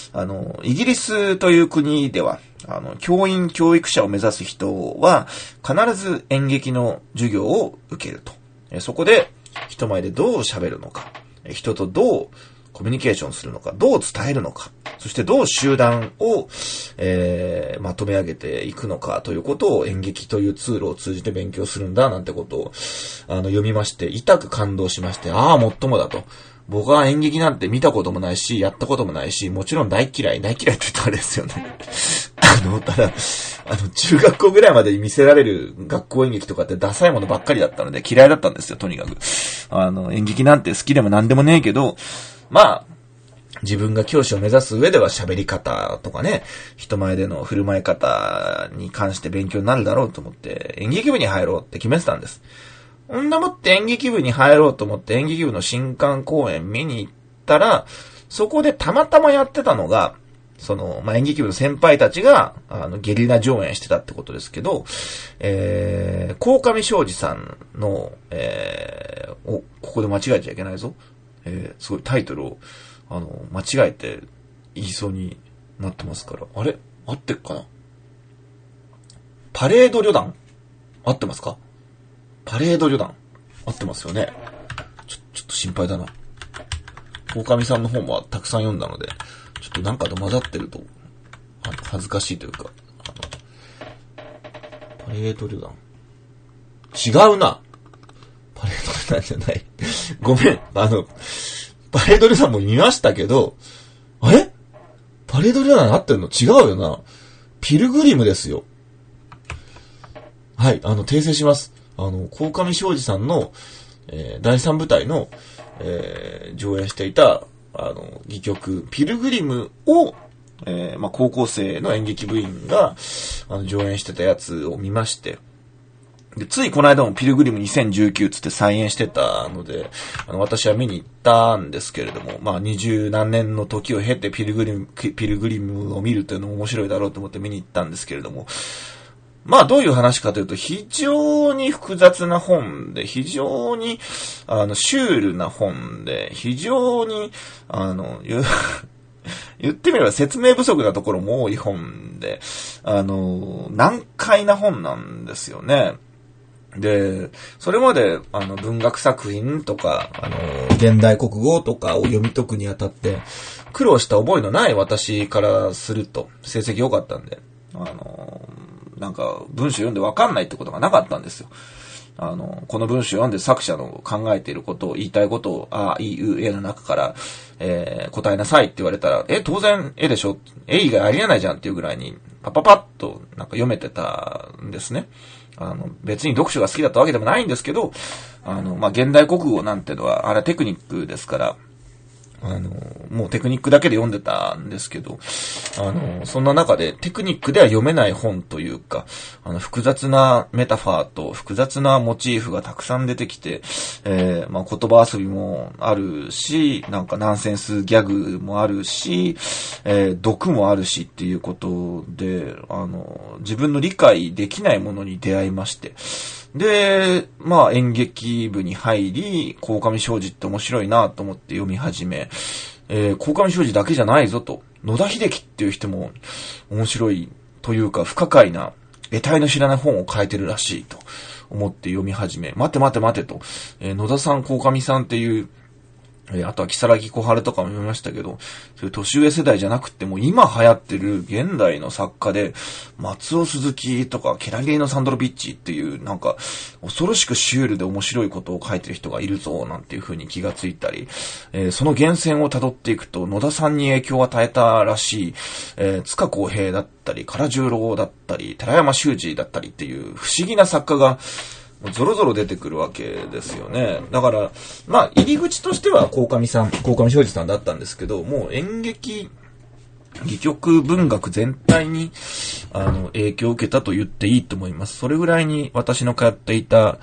あの、イギリスという国では、あの、教員、教育者を目指す人は、必ず演劇の授業を受けると。そこで、人前でどう喋るのか、人とどうコミュニケーションするのか、どう伝えるのか、そしてどう集団を、えー、まとめ上げていくのかということを演劇というツールを通じて勉強するんだなんてことをあの読みまして、痛く感動しまして、ああ、もっともだと。僕は演劇なんて見たこともないし、やったこともないし、もちろん大嫌い、大嫌いって言ったらあれですよね。あの、ただ、あの、中学校ぐらいまでに見せられる学校演劇とかってダサいものばっかりだったので嫌いだったんですよ、とにかく。あの、演劇なんて好きでもなんでもねえけど、まあ、自分が教師を目指す上では喋り方とかね、人前での振る舞い方に関して勉強になるだろうと思って演劇部に入ろうって決めてたんです。ほんでもって演劇部に入ろうと思って演劇部の新館公演見に行ったら、そこでたまたまやってたのが、その、まあ、演劇部の先輩たちが、あの、ゲリラ上演してたってことですけど、えー、鴻上尚史さんの、えー、お、ここで間違えちゃいけないぞ。えー、すごいタイトルを、あの、間違えて言いそうになってますから。あれ合ってっかな。パレード旅団合ってますか？パレード旅団合ってますよね。ちょ、ちょっと心配だな。鴻上さんの本もたくさん読んだので、ちょっとなんかと混ざってると、あの恥ずかしいというか、あの、パレード旅団。違うな。パレード旅団じゃない。ごめん。あの、パレード旅団も見ましたけど、あれパレード旅団合ってるの違うよな。ピルグリムですよ。はい、あの、訂正します。あの、鴻上尚史さんの、えー、だいさん部隊の、えー、上演していた、あの、戯曲、ピルグリムを、えー、まあ、高校生の演劇部員が、あの、上演してたやつを見まして、で、ついこの間もピルグリムにせんじゅうきゅうつって再演してたので、あの、私は見に行ったんですけれども、まあ、二十何年の時を経てピルグリム、ピルグリムを見るというのも面白いだろうと思って見に行ったんですけれども、まあ、どういう話かというと、非常に複雑な本で、非常に、あの、シュールな本で、非常に、あの、言う、言ってみれば説明不足なところも多い本で、あの、難解な本なんですよね。で、それまで、あの、文学作品とか、あの、現代国語とかを読み解くにあたって、苦労した覚えのない私からすると、成績良かったんで、あの、なんか、文章読んで分かんないってことがなかったんですよ。あの、この文章読んで作者の考えていることを、言いたいことを、あ、い、う、えの中から、えー、答えなさいって言われたら、え、当然、えでしょ？え以外ありえないじゃんっていうぐらいに、パパパッと、なんか読めてたんですね。あの、別に読書が好きだったわけでもないんですけど、あの、まあ、現代国語なんてのは、あれはテクニックですから、あの、もうテクニックだけで読んでたんですけど、あの、そんな中でテクニックでは読めない本というか、あの、複雑なメタファーと複雑なモチーフがたくさん出てきて、えー、まあ、言葉遊びもあるし、なんかナンセンスギャグもあるし、えー、毒もあるしっていうことで、あの、自分の理解できないものに出会いまして、で、まあ演劇部に入り、鴻上尚史って面白いなと思って読み始め、えー、鴻上尚史だけじゃないぞと、野田秀樹っていう人も面白いというか不可解な、得体の知らない本を書いてるらしいと思って読み始め、待て待て待てと、えー、野田さん、鴻上さんっていう、えー、あとは木更木小春とかも読みましたけど、そういう年上世代じゃなくても今流行ってる現代の作家で、松尾鈴木とかケラリエのサンドロビッチっていうなんか恐ろしくシュールで面白いことを書いてる人がいるぞなんていう風に気がついたり、えー、その源泉を辿っていくと野田さんに影響を与えたらしい、えー、塚公平だったり唐十郎だったり寺山修司だったりっていう不思議な作家がゾロゾロ出てくるわけですよね。だから、まあ、入り口としては、鴻上さん、鴻上尚史さんだったんですけど、もう演劇、戯曲文学全体に、あの、影響を受けたと言っていいと思います。それぐらいに私の通っていた、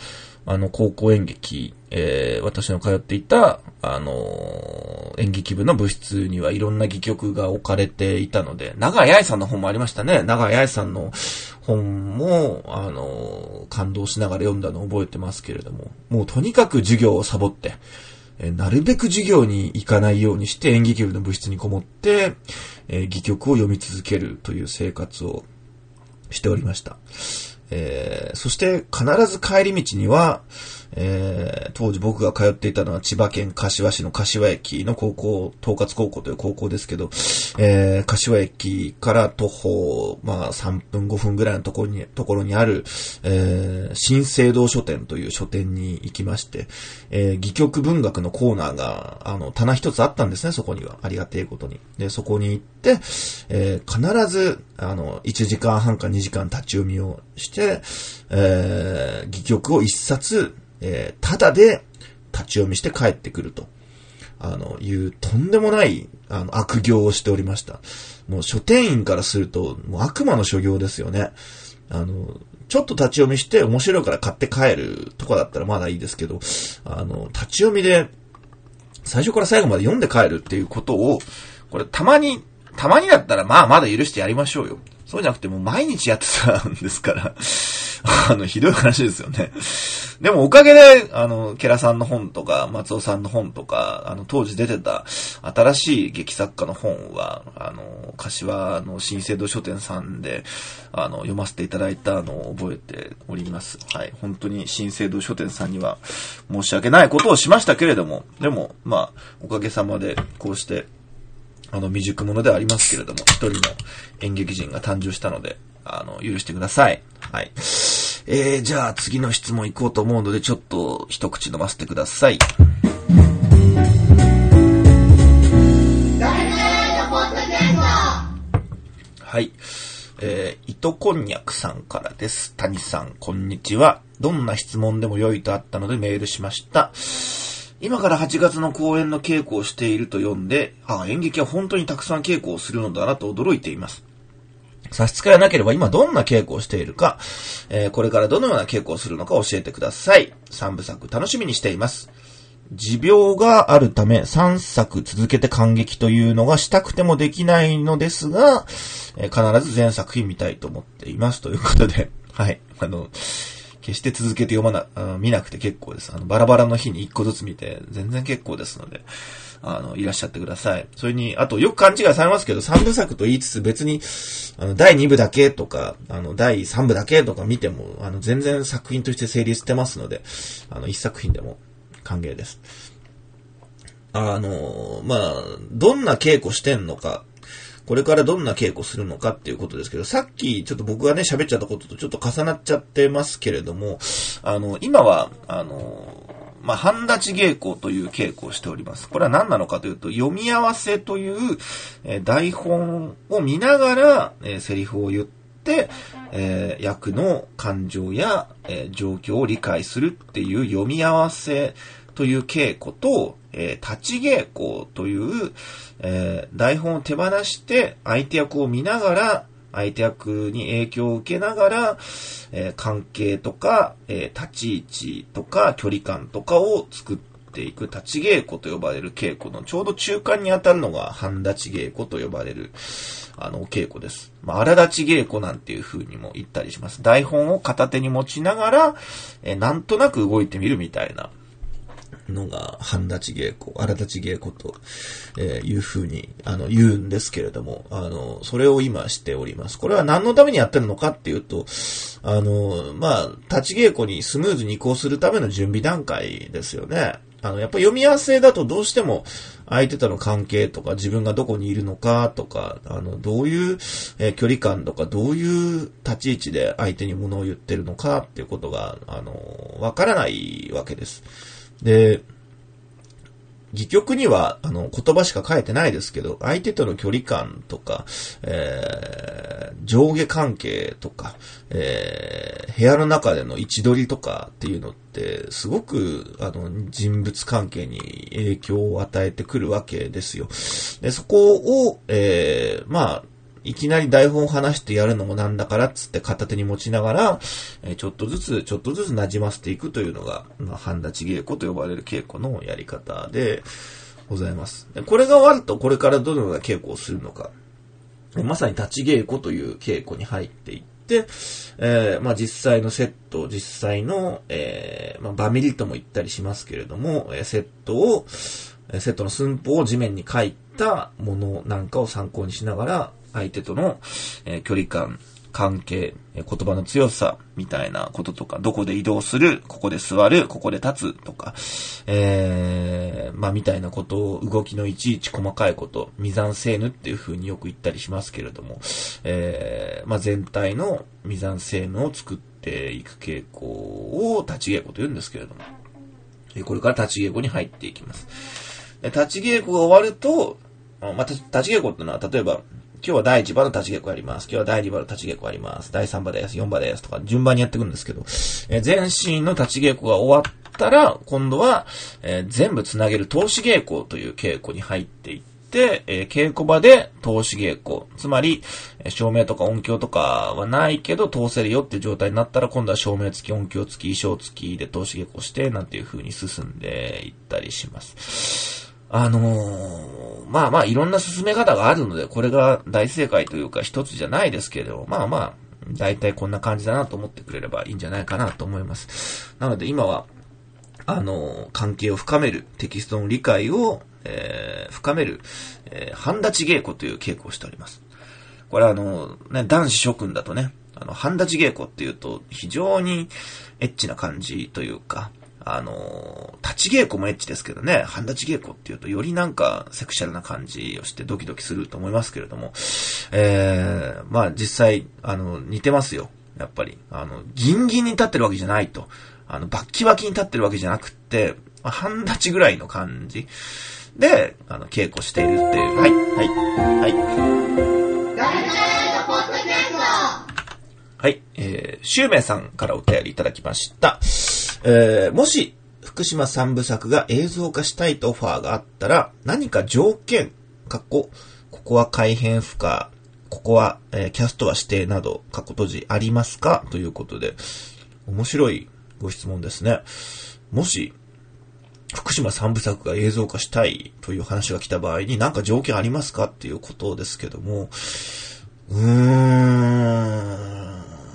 あの、高校演劇、えー、私の通っていた、あのー、演劇部の部室にはいろんな戯曲が置かれていたので、長井愛さんの本もありましたね。長井愛さんの本も、あのー、感動しながら読んだのを覚えてますけれども、もうとにかく授業をサボって、えー、なるべく授業に行かないようにして演劇部の部室にこもって、えー、戯曲を読み続けるという生活をしておりました。えー、そして必ず帰り道には、えー、当時僕が通っていたのは千葉県柏市の柏駅の高校、東葛高校という高校ですけど、えー、柏駅から徒歩、まあさんぷんごふんぐらいのところに、ところにある、えー、新生堂書店という書店に行きまして、えー、戯曲文学のコーナーが、あの、棚一つあったんですね、そこには。ありがてえことに。で、そこに行って、えー、必ず、あの、いちじかんはんかにじかん立ち読みをして、えー、戯曲を一冊、えー、ただで立ち読みして帰ってくると、あの、いうとんでもない、あの、悪行をしておりました。もう書店員からすると、もう悪魔の所業ですよね。あの、ちょっと立ち読みして面白いから買って帰るとかだったらまだいいですけど、あの、立ち読みで最初から最後まで読んで帰るっていうことを、これたまに、たまにだったらまあまだ許してやりましょうよ。そうじゃなくてもう毎日やってたんですから、あの、ひどい話ですよね。でもおかげで、あの、ケラさんの本とか、松尾さんの本とか、あの、当時出てた新しい劇作家の本は、あの、柏の新生堂書店さんで、あの、読ませていただいたのを覚えております。はい。本当に新生堂書店さんには申し訳ないことをしましたけれども、でも、まあ、おかげさまで、こうして、あの、未熟者ではありますけれども、一人の演劇人が誕生したので、あの、許してください。はい。えー、じゃあ次の質問行こうと思うので、ちょっと一口飲ませてください。はい。えー、糸こんにゃくさんからです。谷さん、こんにちは。どんな質問でも良いとあったのでメールしました。今からはちがつの公演の稽古をしていると読んで、あ、演劇は本当にたくさん稽古をするのだなと驚いています。差し支えがなければ今どんな稽古をしているか、えー、これからどのような稽古をするのか教えてください。三部作楽しみにしています。持病があるためさんさく続けて観劇というのがしたくてもできないのですが、えー、必ず全作品見たいと思っていますということで、はい、あの、決して続けて読まな、あ見なくて結構です。あの、バラバラの日にいっこずつ見て全然結構ですので、あの、いらっしゃってください。それに、あとよく勘違いされますけど、さんぶさくと言いつつ別に、あの、だいにぶだけとか、あの、だいさんぶだけとか見ても、あの、全然作品として成立してますので、あの、いっさく品でも歓迎です。あの、まあ、どんな稽古してんのか、これからどんな稽古するのかっていうことですけど、さっきちょっと僕がね、喋っちゃったこととちょっと重なっちゃってますけれども、あの、今は、あの、まあ、半立ち稽古という稽古をしております。これは何なのかというと、読み合わせという、えー、台本を見ながら、えー、セリフを言って、えー、役の感情や、えー、状況を理解するっていう読み合わせという稽古と、えー、立ち稽古という、えー、台本を手放して相手役を見ながら、相手役に影響を受けながら、えー、関係とか、えー、立ち位置とか距離感とかを作っていく立ち稽古と呼ばれる稽古のちょうど中間に当たるのが半立ち稽古と呼ばれるあのお稽古です。まあ、荒立ち稽古なんていう風にも言ったりします。台本を片手に持ちながら、えー、なんとなく動いてみるみたいなのが半立ち稽古、荒立ち稽古と、えー、いう風にあの言うんですけれども、あのそれを今しております。これは何のためにやってるのかっていうと、あのまあ立ち稽古にスムーズに移行するための準備段階ですよね。あのやっぱり読み合わせだとどうしても相手との関係とか自分がどこにいるのかとか、あのどういう、えー、距離感とかどういう立ち位置で相手に物を言ってるのかっていうことがあのわからないわけです。で、戯曲にはあの言葉しか書いてないですけど、相手との距離感とか、えー、上下関係とか、えー、部屋の中での位置取りとかっていうのってすごくあの人物関係に影響を与えてくるわけですよ。で、そこを、えー、まあいきなり台本を話してやるのもなんだからっつって片手に持ちながら、えー、ちょっとずつ、ちょっとずつ馴染ませていくというのが、まあ、半立ち稽古と呼ばれる稽古のやり方でございます。でこれが終わると、これからどのような稽古をするのか。まさに立ち稽古という稽古に入っていって、えー、まあ実際のセット、実際の、えー、まあバミリとも言ったりしますけれども、セットを、セットの寸法を地面に書いたものなんかを参考にしながら、相手との、えー、距離感、関係、言葉の強さみたいなこととか、どこで移動する、ここで座る、ここで立つとか、えー、まあみたいなことを、動きのいちいち細かいこと、ミザンセーヌっていう風によく言ったりしますけれども、えー、まあ全体のミザンセーヌを作っていく稽古を立ち稽古と言うんですけれども、これから立ち稽古に入っていきます。で立ち稽古が終わると、まあ立ち稽古っていうのは、例えば、今日はだいいちばの立ち稽古やります。今日はだいにばの立ち稽古やります。だいさんばです。よんばです。とか順番にやっていくんですけど、えー、全身の立ち稽古が終わったら、今度は、えー、全部つなげる通し稽古という稽古に入っていって、えー、稽古場で通し稽古。つまり、えー、照明とか音響とかはないけど通せるよっていう状態になったら、今度は照明付き、音響付き、衣装付きで通し稽古して、なんていう風に進んでいったりします。あのー、まあまあいろんな進め方があるので、これが大正解というか一つじゃないですけれども、まあまあ、大体こんな感じだなと思ってくれればいいんじゃないかなと思います。なので今は、あのー、関係を深める、テキストの理解を、えー、深める、えー、半立ち稽古という稽古をしております。これはあのー、ね、男子諸君だとね、あの、半立ち稽古っていうと非常にエッチな感じというか、あの、立ち稽古もエッチですけどね、半立ち稽古っていうとよりなんかセクシャルな感じをしてドキドキすると思いますけれども、えー、まあ実際、あの、似てますよ。やっぱり。あの、ギンギンに立ってるわけじゃないと。あの、バッキバキに立ってるわけじゃなくって、まあ、半立ちぐらいの感じで、あの、稽古しているっていう。はい、はい、はい。はい、えー、シュウメイさんからお便りいただきました。えー、もし、福島三部作が映像化したいとオファーがあったら、何か条件、かっこ、ここは改編不可、ここは、えー、キャストは指定など、かっこ閉じありますかということで、面白いご質問ですね。もし、福島三部作が映像化したいという話が来た場合に、何か条件ありますかっていうことですけども、うーん、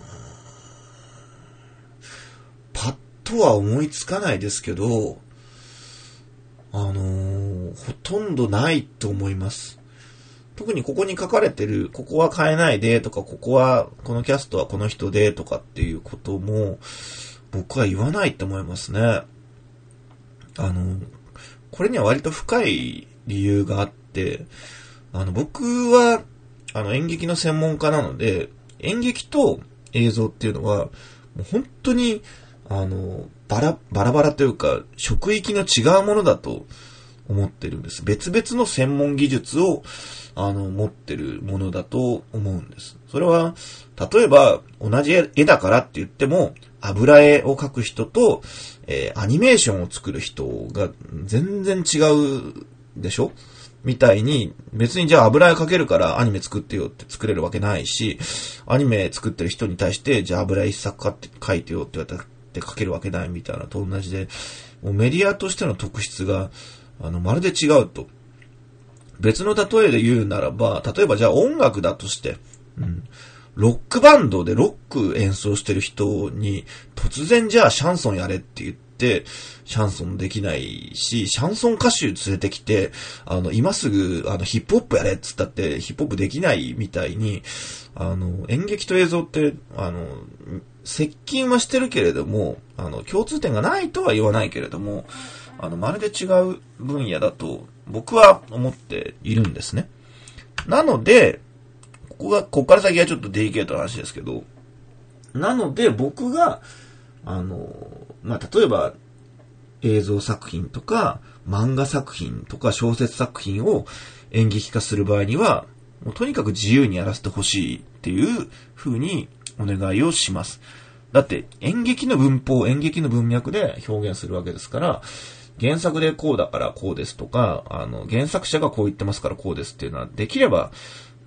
パッとは思いつかないですけど、あのー、ほとんどないと思います。特にここに書かれてる、ここは変えないでとか、ここは、このキャストはこの人でとかっていうことも、僕は言わないと思いますね。あの、これには割と深い理由があって、あの、僕は、あの、演劇の専門家なので、演劇と映像っていうのは、もう本当に、あの、バラ、バラバラというか、職域の違うものだと思ってるんです。別々の専門技術を、あの、持ってるものだと思うんです。それは、例えば、同じ絵だからって言っても、油絵を描く人と、えー、アニメーションを作る人が全然違うでしょみたいに、別にじゃあ油絵描けるからアニメ作ってよって作れるわけないし、アニメ作ってる人に対して、じゃあ油絵一作買って描いてよって言われたら、って書けるわけないみたいなと同じで、もうメディアとしての特質が、あの、まるで違うと。別の例えで言うならば、例えばじゃあ音楽だとして、うん、ロックバンドでロック演奏してる人に、突然じゃあシャンソンやれって言って、シャンソンできないし、シャンソン歌手連れてきて、あの、今すぐ、あの、ヒップホップやれっつったって、ヒップホップできないみたいに、あの、演劇と映像って、あの、接近はしてるけれども、あの、共通点がないとは言わないけれども、あの、まるで違う分野だと、僕は思っているんですね。なので、ここが、ここから先はちょっとデリケートな話ですけど、なので僕が、あの、まあ、例えば、映像作品とか、漫画作品とか小説作品を演劇化する場合には、もうとにかく自由にやらせてほしいっていう風にお願いをします。だって演劇の文法、演劇の文脈で表現するわけですから、原作でこうだからこうですとか、あの原作者がこう言ってますからこうですっていうのはできれば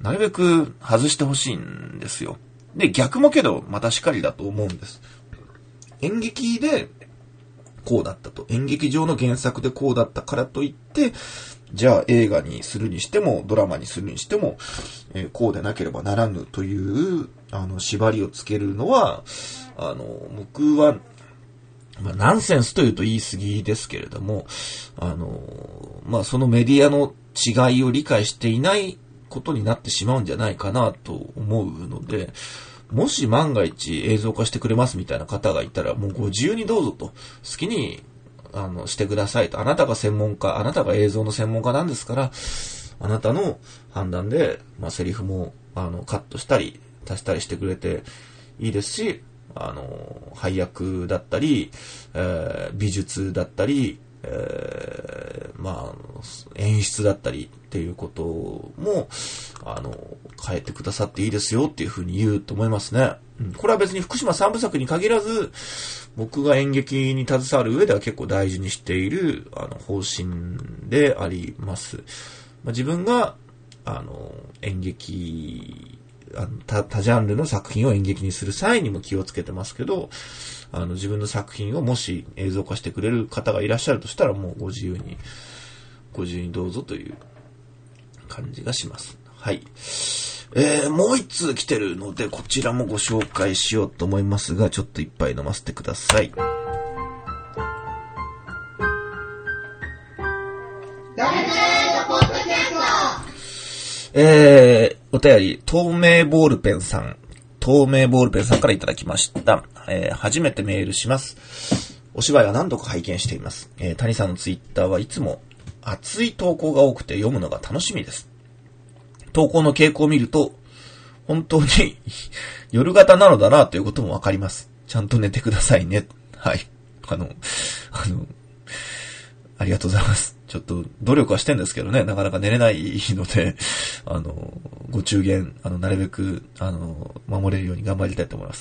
なるべく外してほしいんですよ。で、逆もけど、またしかりだと思うんです。演劇で、こうだったと。演劇上の原作でこうだったからといって、じゃあ映画にするにしても、ドラマにするにしても、えー、こうでなければならぬという、あの、縛りをつけるのは、あの、僕は、まあ、ナンセンスというと言い過ぎですけれども、あの、まあ、そのメディアの違いを理解していないことになってしまうんじゃないかなと思うので、もし万が一映像化してくれますみたいな方がいたら、もうご自由にどうぞと、好きに、あの、してくださいと。あなたが専門家、あなたが映像の専門家なんですから、あなたの判断で、まあ、セリフも、あの、カットしたり、足したりしてくれていいですし、あの、配役だったり、えー、美術だったり、えー、まあ、演出だったりっていうことも、あの、変えてくださっていいですよっていうふうに言うと思いますね。うん、これは別に福島三部作に限らず、僕が演劇に携わる上では結構大事にしている、あの、方針であります。まあ、自分が、あの、演劇、あの他、他ジャンルの作品を演劇にする際にも気をつけてますけど、あの、自分の作品をもし映像化してくれる方がいらっしゃるとしたら、もうご自由に、ご自由にどうぞという感じがします。はい。えー、もう一通来てるので、こちらもご紹介しようと思いますが、ちょっと一杯飲ませてください。えー、お便り、透明ボールペンさん。透明ボールペンさんからいただきました。えー、初めてメールします。お芝居は何度か拝見しています。えー、谷さんのツイッターはいつも熱い投稿が多くて読むのが楽しみです。投稿の傾向を見ると、本当に夜型なのだなということもわかります。ちゃんと寝てくださいね。はい。あの、あの、ありがとうございます。ちょっと努力はしてんですけどね、なかなか寝れないので、あの、ご中元、あの、なるべく、あの、守れるように頑張りたいと思います。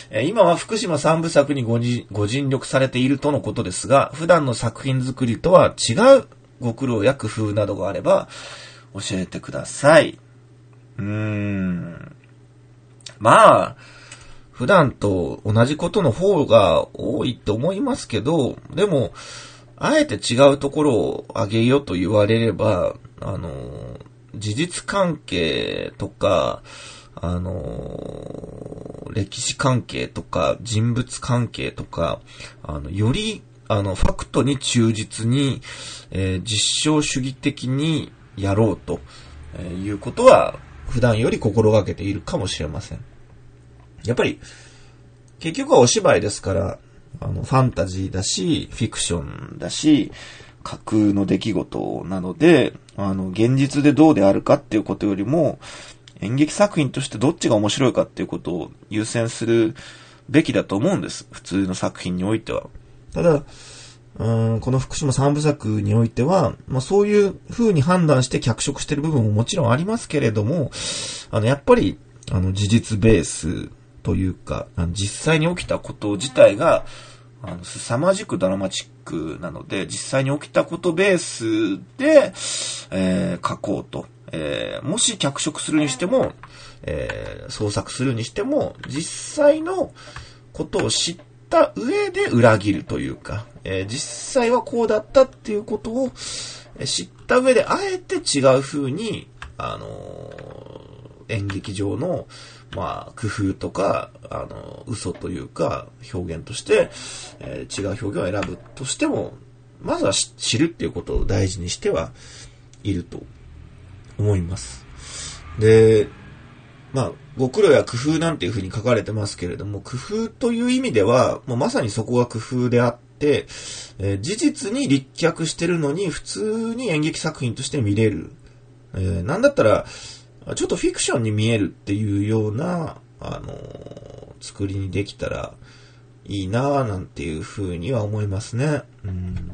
えー、今は福島三部作にごじ、ご尽力されているとのことですが、普段の作品作りとは違うご苦労や工夫などがあれば、教えてください。うーん。まあ、普段と同じことの方が多いと思いますけど、でも、あえて違うところを挙げようと言われれば、あの、事実関係とか、あの、歴史関係とか、人物関係とか、あの、より、あの、ファクトに忠実に、えー、実証主義的にやろうということは、普段より心がけているかもしれません。やっぱり、結局はお芝居ですから、あの、ファンタジーだし、フィクションだし、架空の出来事なので、あの、現実でどうであるかっていうことよりも、演劇作品としてどっちが面白いかっていうことを優先するべきだと思うんです。普通の作品においては。ただ、うーん、この福島三部作においては、まあそういう風に判断して脚色している部分ももちろんありますけれども、あの、やっぱり、あの、事実ベースというか、あの実際に起きたこと自体が、あの、凄まじくドラマチックなので、実際に起きたことベースで、えー、書こうと。えー、もし脚色するにしても、えー、創作するにしても、実際のことを知った上で裏切るというか、えー、実際はこうだったっていうことを知った上で、あえて違う風に、あのー、演劇上の、まあ、工夫とか、あの、嘘というか、表現として、えー、違う表現を選ぶとしても、まずは知るっていうことを大事にしてはいると思います。で、まあ、ご苦労や工夫なんていうふうに書かれてますけれども、工夫という意味では、もうまさにそこが工夫であって、えー、事実に立脚してるのに、普通に演劇作品として見れる。えー、なんだったら、ちょっとフィクションに見えるっていうような、あのー、作りにできたらいいなぁなんていうふうには思いますね。うん、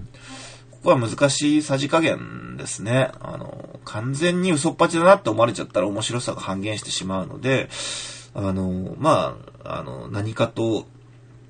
ここは難しいさじ加減ですね。あのー、完全に嘘っぱちだなって思われちゃったら面白さが半減してしまうので、あのー、まあ、あの、何かと、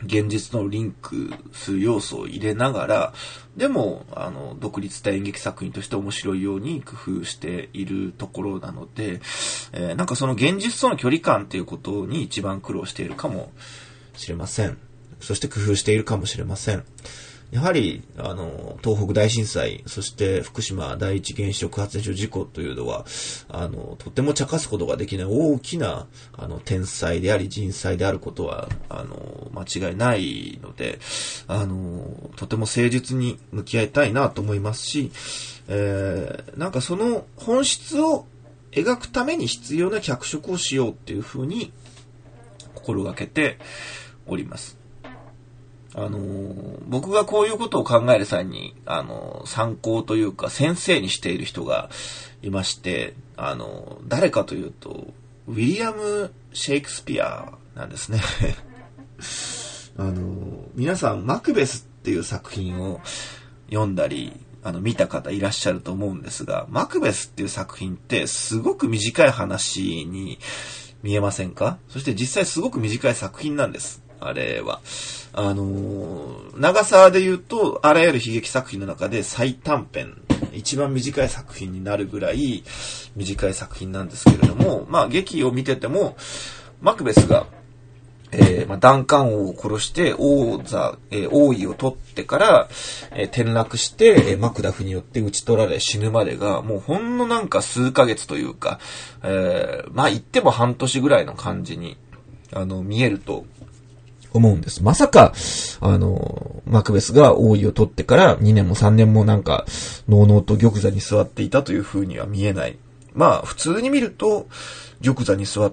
現実のリンクする要素を入れながら、でも、あの、独立した演劇作品として面白いように工夫しているところなので、えー、なんかその現実との距離感っていうことに一番苦労しているかもしれません。そして工夫しているかもしれません。やはり、あの、東北大震災、そして福島第一原子力発電所事故というのは、あの、とても茶化すことができない大きな、あの、天災であり人災であることは、あの、間違いないので、あの、とても誠実に向き合いたいなと思いますし、えー、なんかその本質を描くために必要な脚色をしようっていうふうに心がけております。あのー、僕がこういうことを考える際に、あのー、参考というか先生にしている人がいまして、あのー、誰かというと、ウィリアム・シェイクスピアなんですね。あのー、皆さん、マクベスっていう作品を読んだり、あの、見た方いらっしゃると思うんですが、マクベスっていう作品ってすごく短い話に見えませんか？そして実際すごく短い作品なんです。あれは。あのー、長さで言うと、あらゆる悲劇作品の中で最短編、一番短い作品になるぐらい短い作品なんですけれども、まあ劇を見てても、マクベスが、えー、まあ、ダンカン王を殺して王座、えー、王位を取ってから、えー、転落して、えー、マクダフによって討ち取られ死ぬまでが、もうほんのなんか数ヶ月というか、えー、まあ言っても半年ぐらいの感じに、あの、見えると、思うんです。まさか、あの、マクベスが王位を取ってからにねんもさんねんもなんか、のうのうと玉座に座っていたという風には見えない。まあ、普通に見ると、玉座に座って、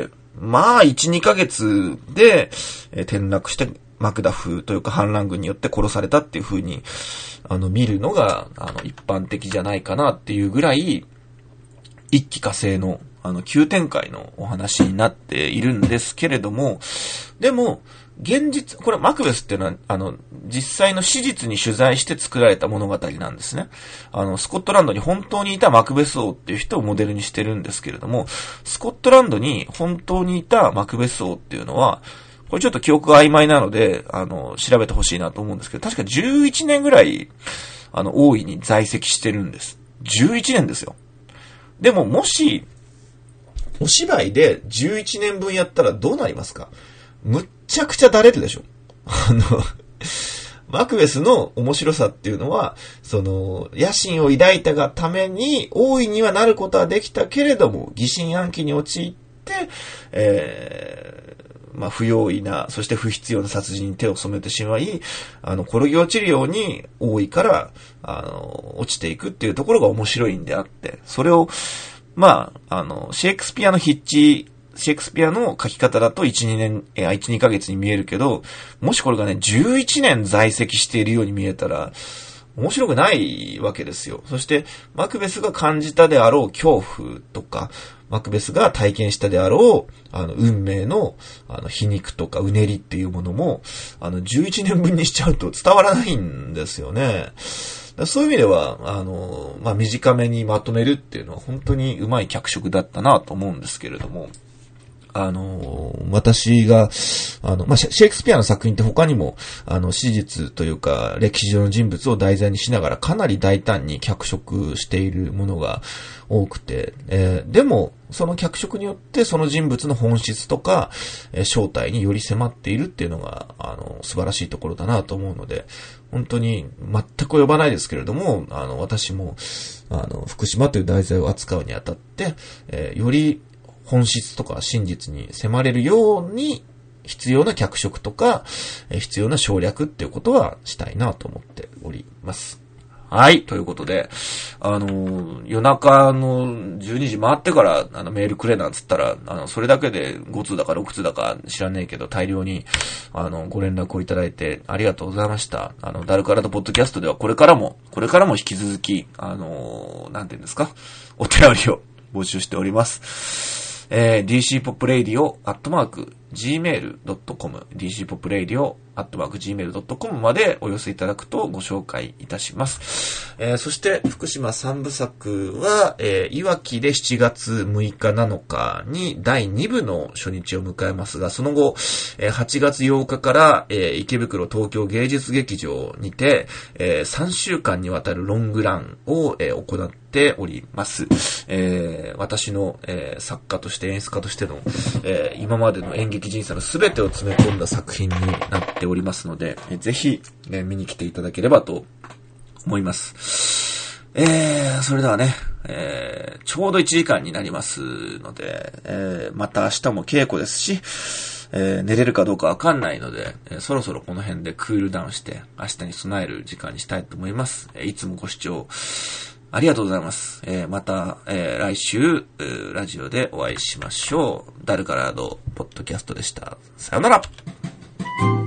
まあ、いち、にかげつで、えー、転落して、マクダフというか反乱軍によって殺されたっていう風に、あの、見るのが、あの、一般的じゃないかなっていうぐらい、一気呵成の、あの、急展開のお話になっているんですけれども、でも、現実、これマクベスっていうのは、あの、実際の史実に取材して作られた物語なんですね。あの、スコットランドに本当にいたマクベス王っていう人をモデルにしてるんですけれども、スコットランドに本当にいたマクベス王っていうのは、これちょっと記憶が曖昧なので、あの、調べてほしいなと思うんですけど、確かじゅういちねんぐらい、あの、王位に在籍してるんです。じゅういちねんですよ。でも、もし、お芝居でじゅういちねんぶんやったらどうなりますか？むっちゃくちゃだれるでしょ。あの、マクベスの面白さっていうのは、その、野心を抱いたがために、王位にはなることはできたけれども、疑心暗鬼に陥って、えー、まあ、不用意な、そして不必要な殺人に手を染めてしまい、あの、転げ落ちるように王位から、あの、落ちていくっていうところが面白いんであって、それを、まあ、あの、シェイクスピアの筆致、シェイクスピアの書き方だといち、にねん、え、いち、にかげつに見えるけど、もしこれがね、じゅういちねん在籍しているように見えたら、面白くないわけですよ。そして、マクベスが感じたであろう恐怖とか、マクベスが体験したであろう、あの、運命の、あの、皮肉とかうねりっていうものも、あの、じゅういちねんぶんにしちゃうと伝わらないんですよね。そういう意味では、あの、まあ、短めにまとめるっていうのは本当にうまい脚色だったなと思うんですけれども、あの、私が、あの、まあ、シェイクスピアの作品って他にも、あの、史実というか、歴史上の人物を題材にしながらかなり大胆に脚色しているものが多くて、えー、でも、その脚色によってその人物の本質とか、えー、正体により迫っているっていうのが、あの、素晴らしいところだなと思うので、本当に全く及ばないですけれども、あの、私も、あの、福島という題材を扱うにあたって、えー、より本質とか真実に迫れるように必要な脚色とか、えー、必要な省略っていうことはしたいなと思っております。はい。ということで、あの、夜中のじゅうにじ回ってから、あの、メールくれなんつったら、あの、それだけでご通だかろく通だか知らねえけど、大量に、あの、ご連絡をいただいて、ありがとうございました。あの、ダルカラとポッドキャストでは、これからも、これからも引き続き、あの、なんていうんですか、お便りを募集しております。えー、ディーシー ポップレイディオアットマークジーメールドットコム、ディージーポップレイディオアットマークジーメールドットコム までお寄せいただくとご紹介いたします。えー、そして福島三部作は、えー、いわきでしちがつむいかなのかにだいにぶの初日を迎えますが、その後、えー、はちがつようかから、えー、池袋東京芸術劇場にて、えー、さんしゅうかんにわたるロングランを、えー、行っております。えー、私の、えー、作家として演出家としての、えー、今までの演劇人生のすべてを詰め込んだ作品になっておりますので、えー、ぜひ、ね、見に来ていただければと思います。えー、それではね、えー、ちょうどいちじかんになりますので、えー、また明日も稽古ですし、えー、寝れるかどうかわかんないので、えー、そろそろこの辺でクールダウンして明日に備える時間にしたいと思います。えー、いつもご視聴ありがとうございます。えー、また、えー、来週、ラジオでお会いしましょう。ダルカラードポッドキャストでした。さよなら。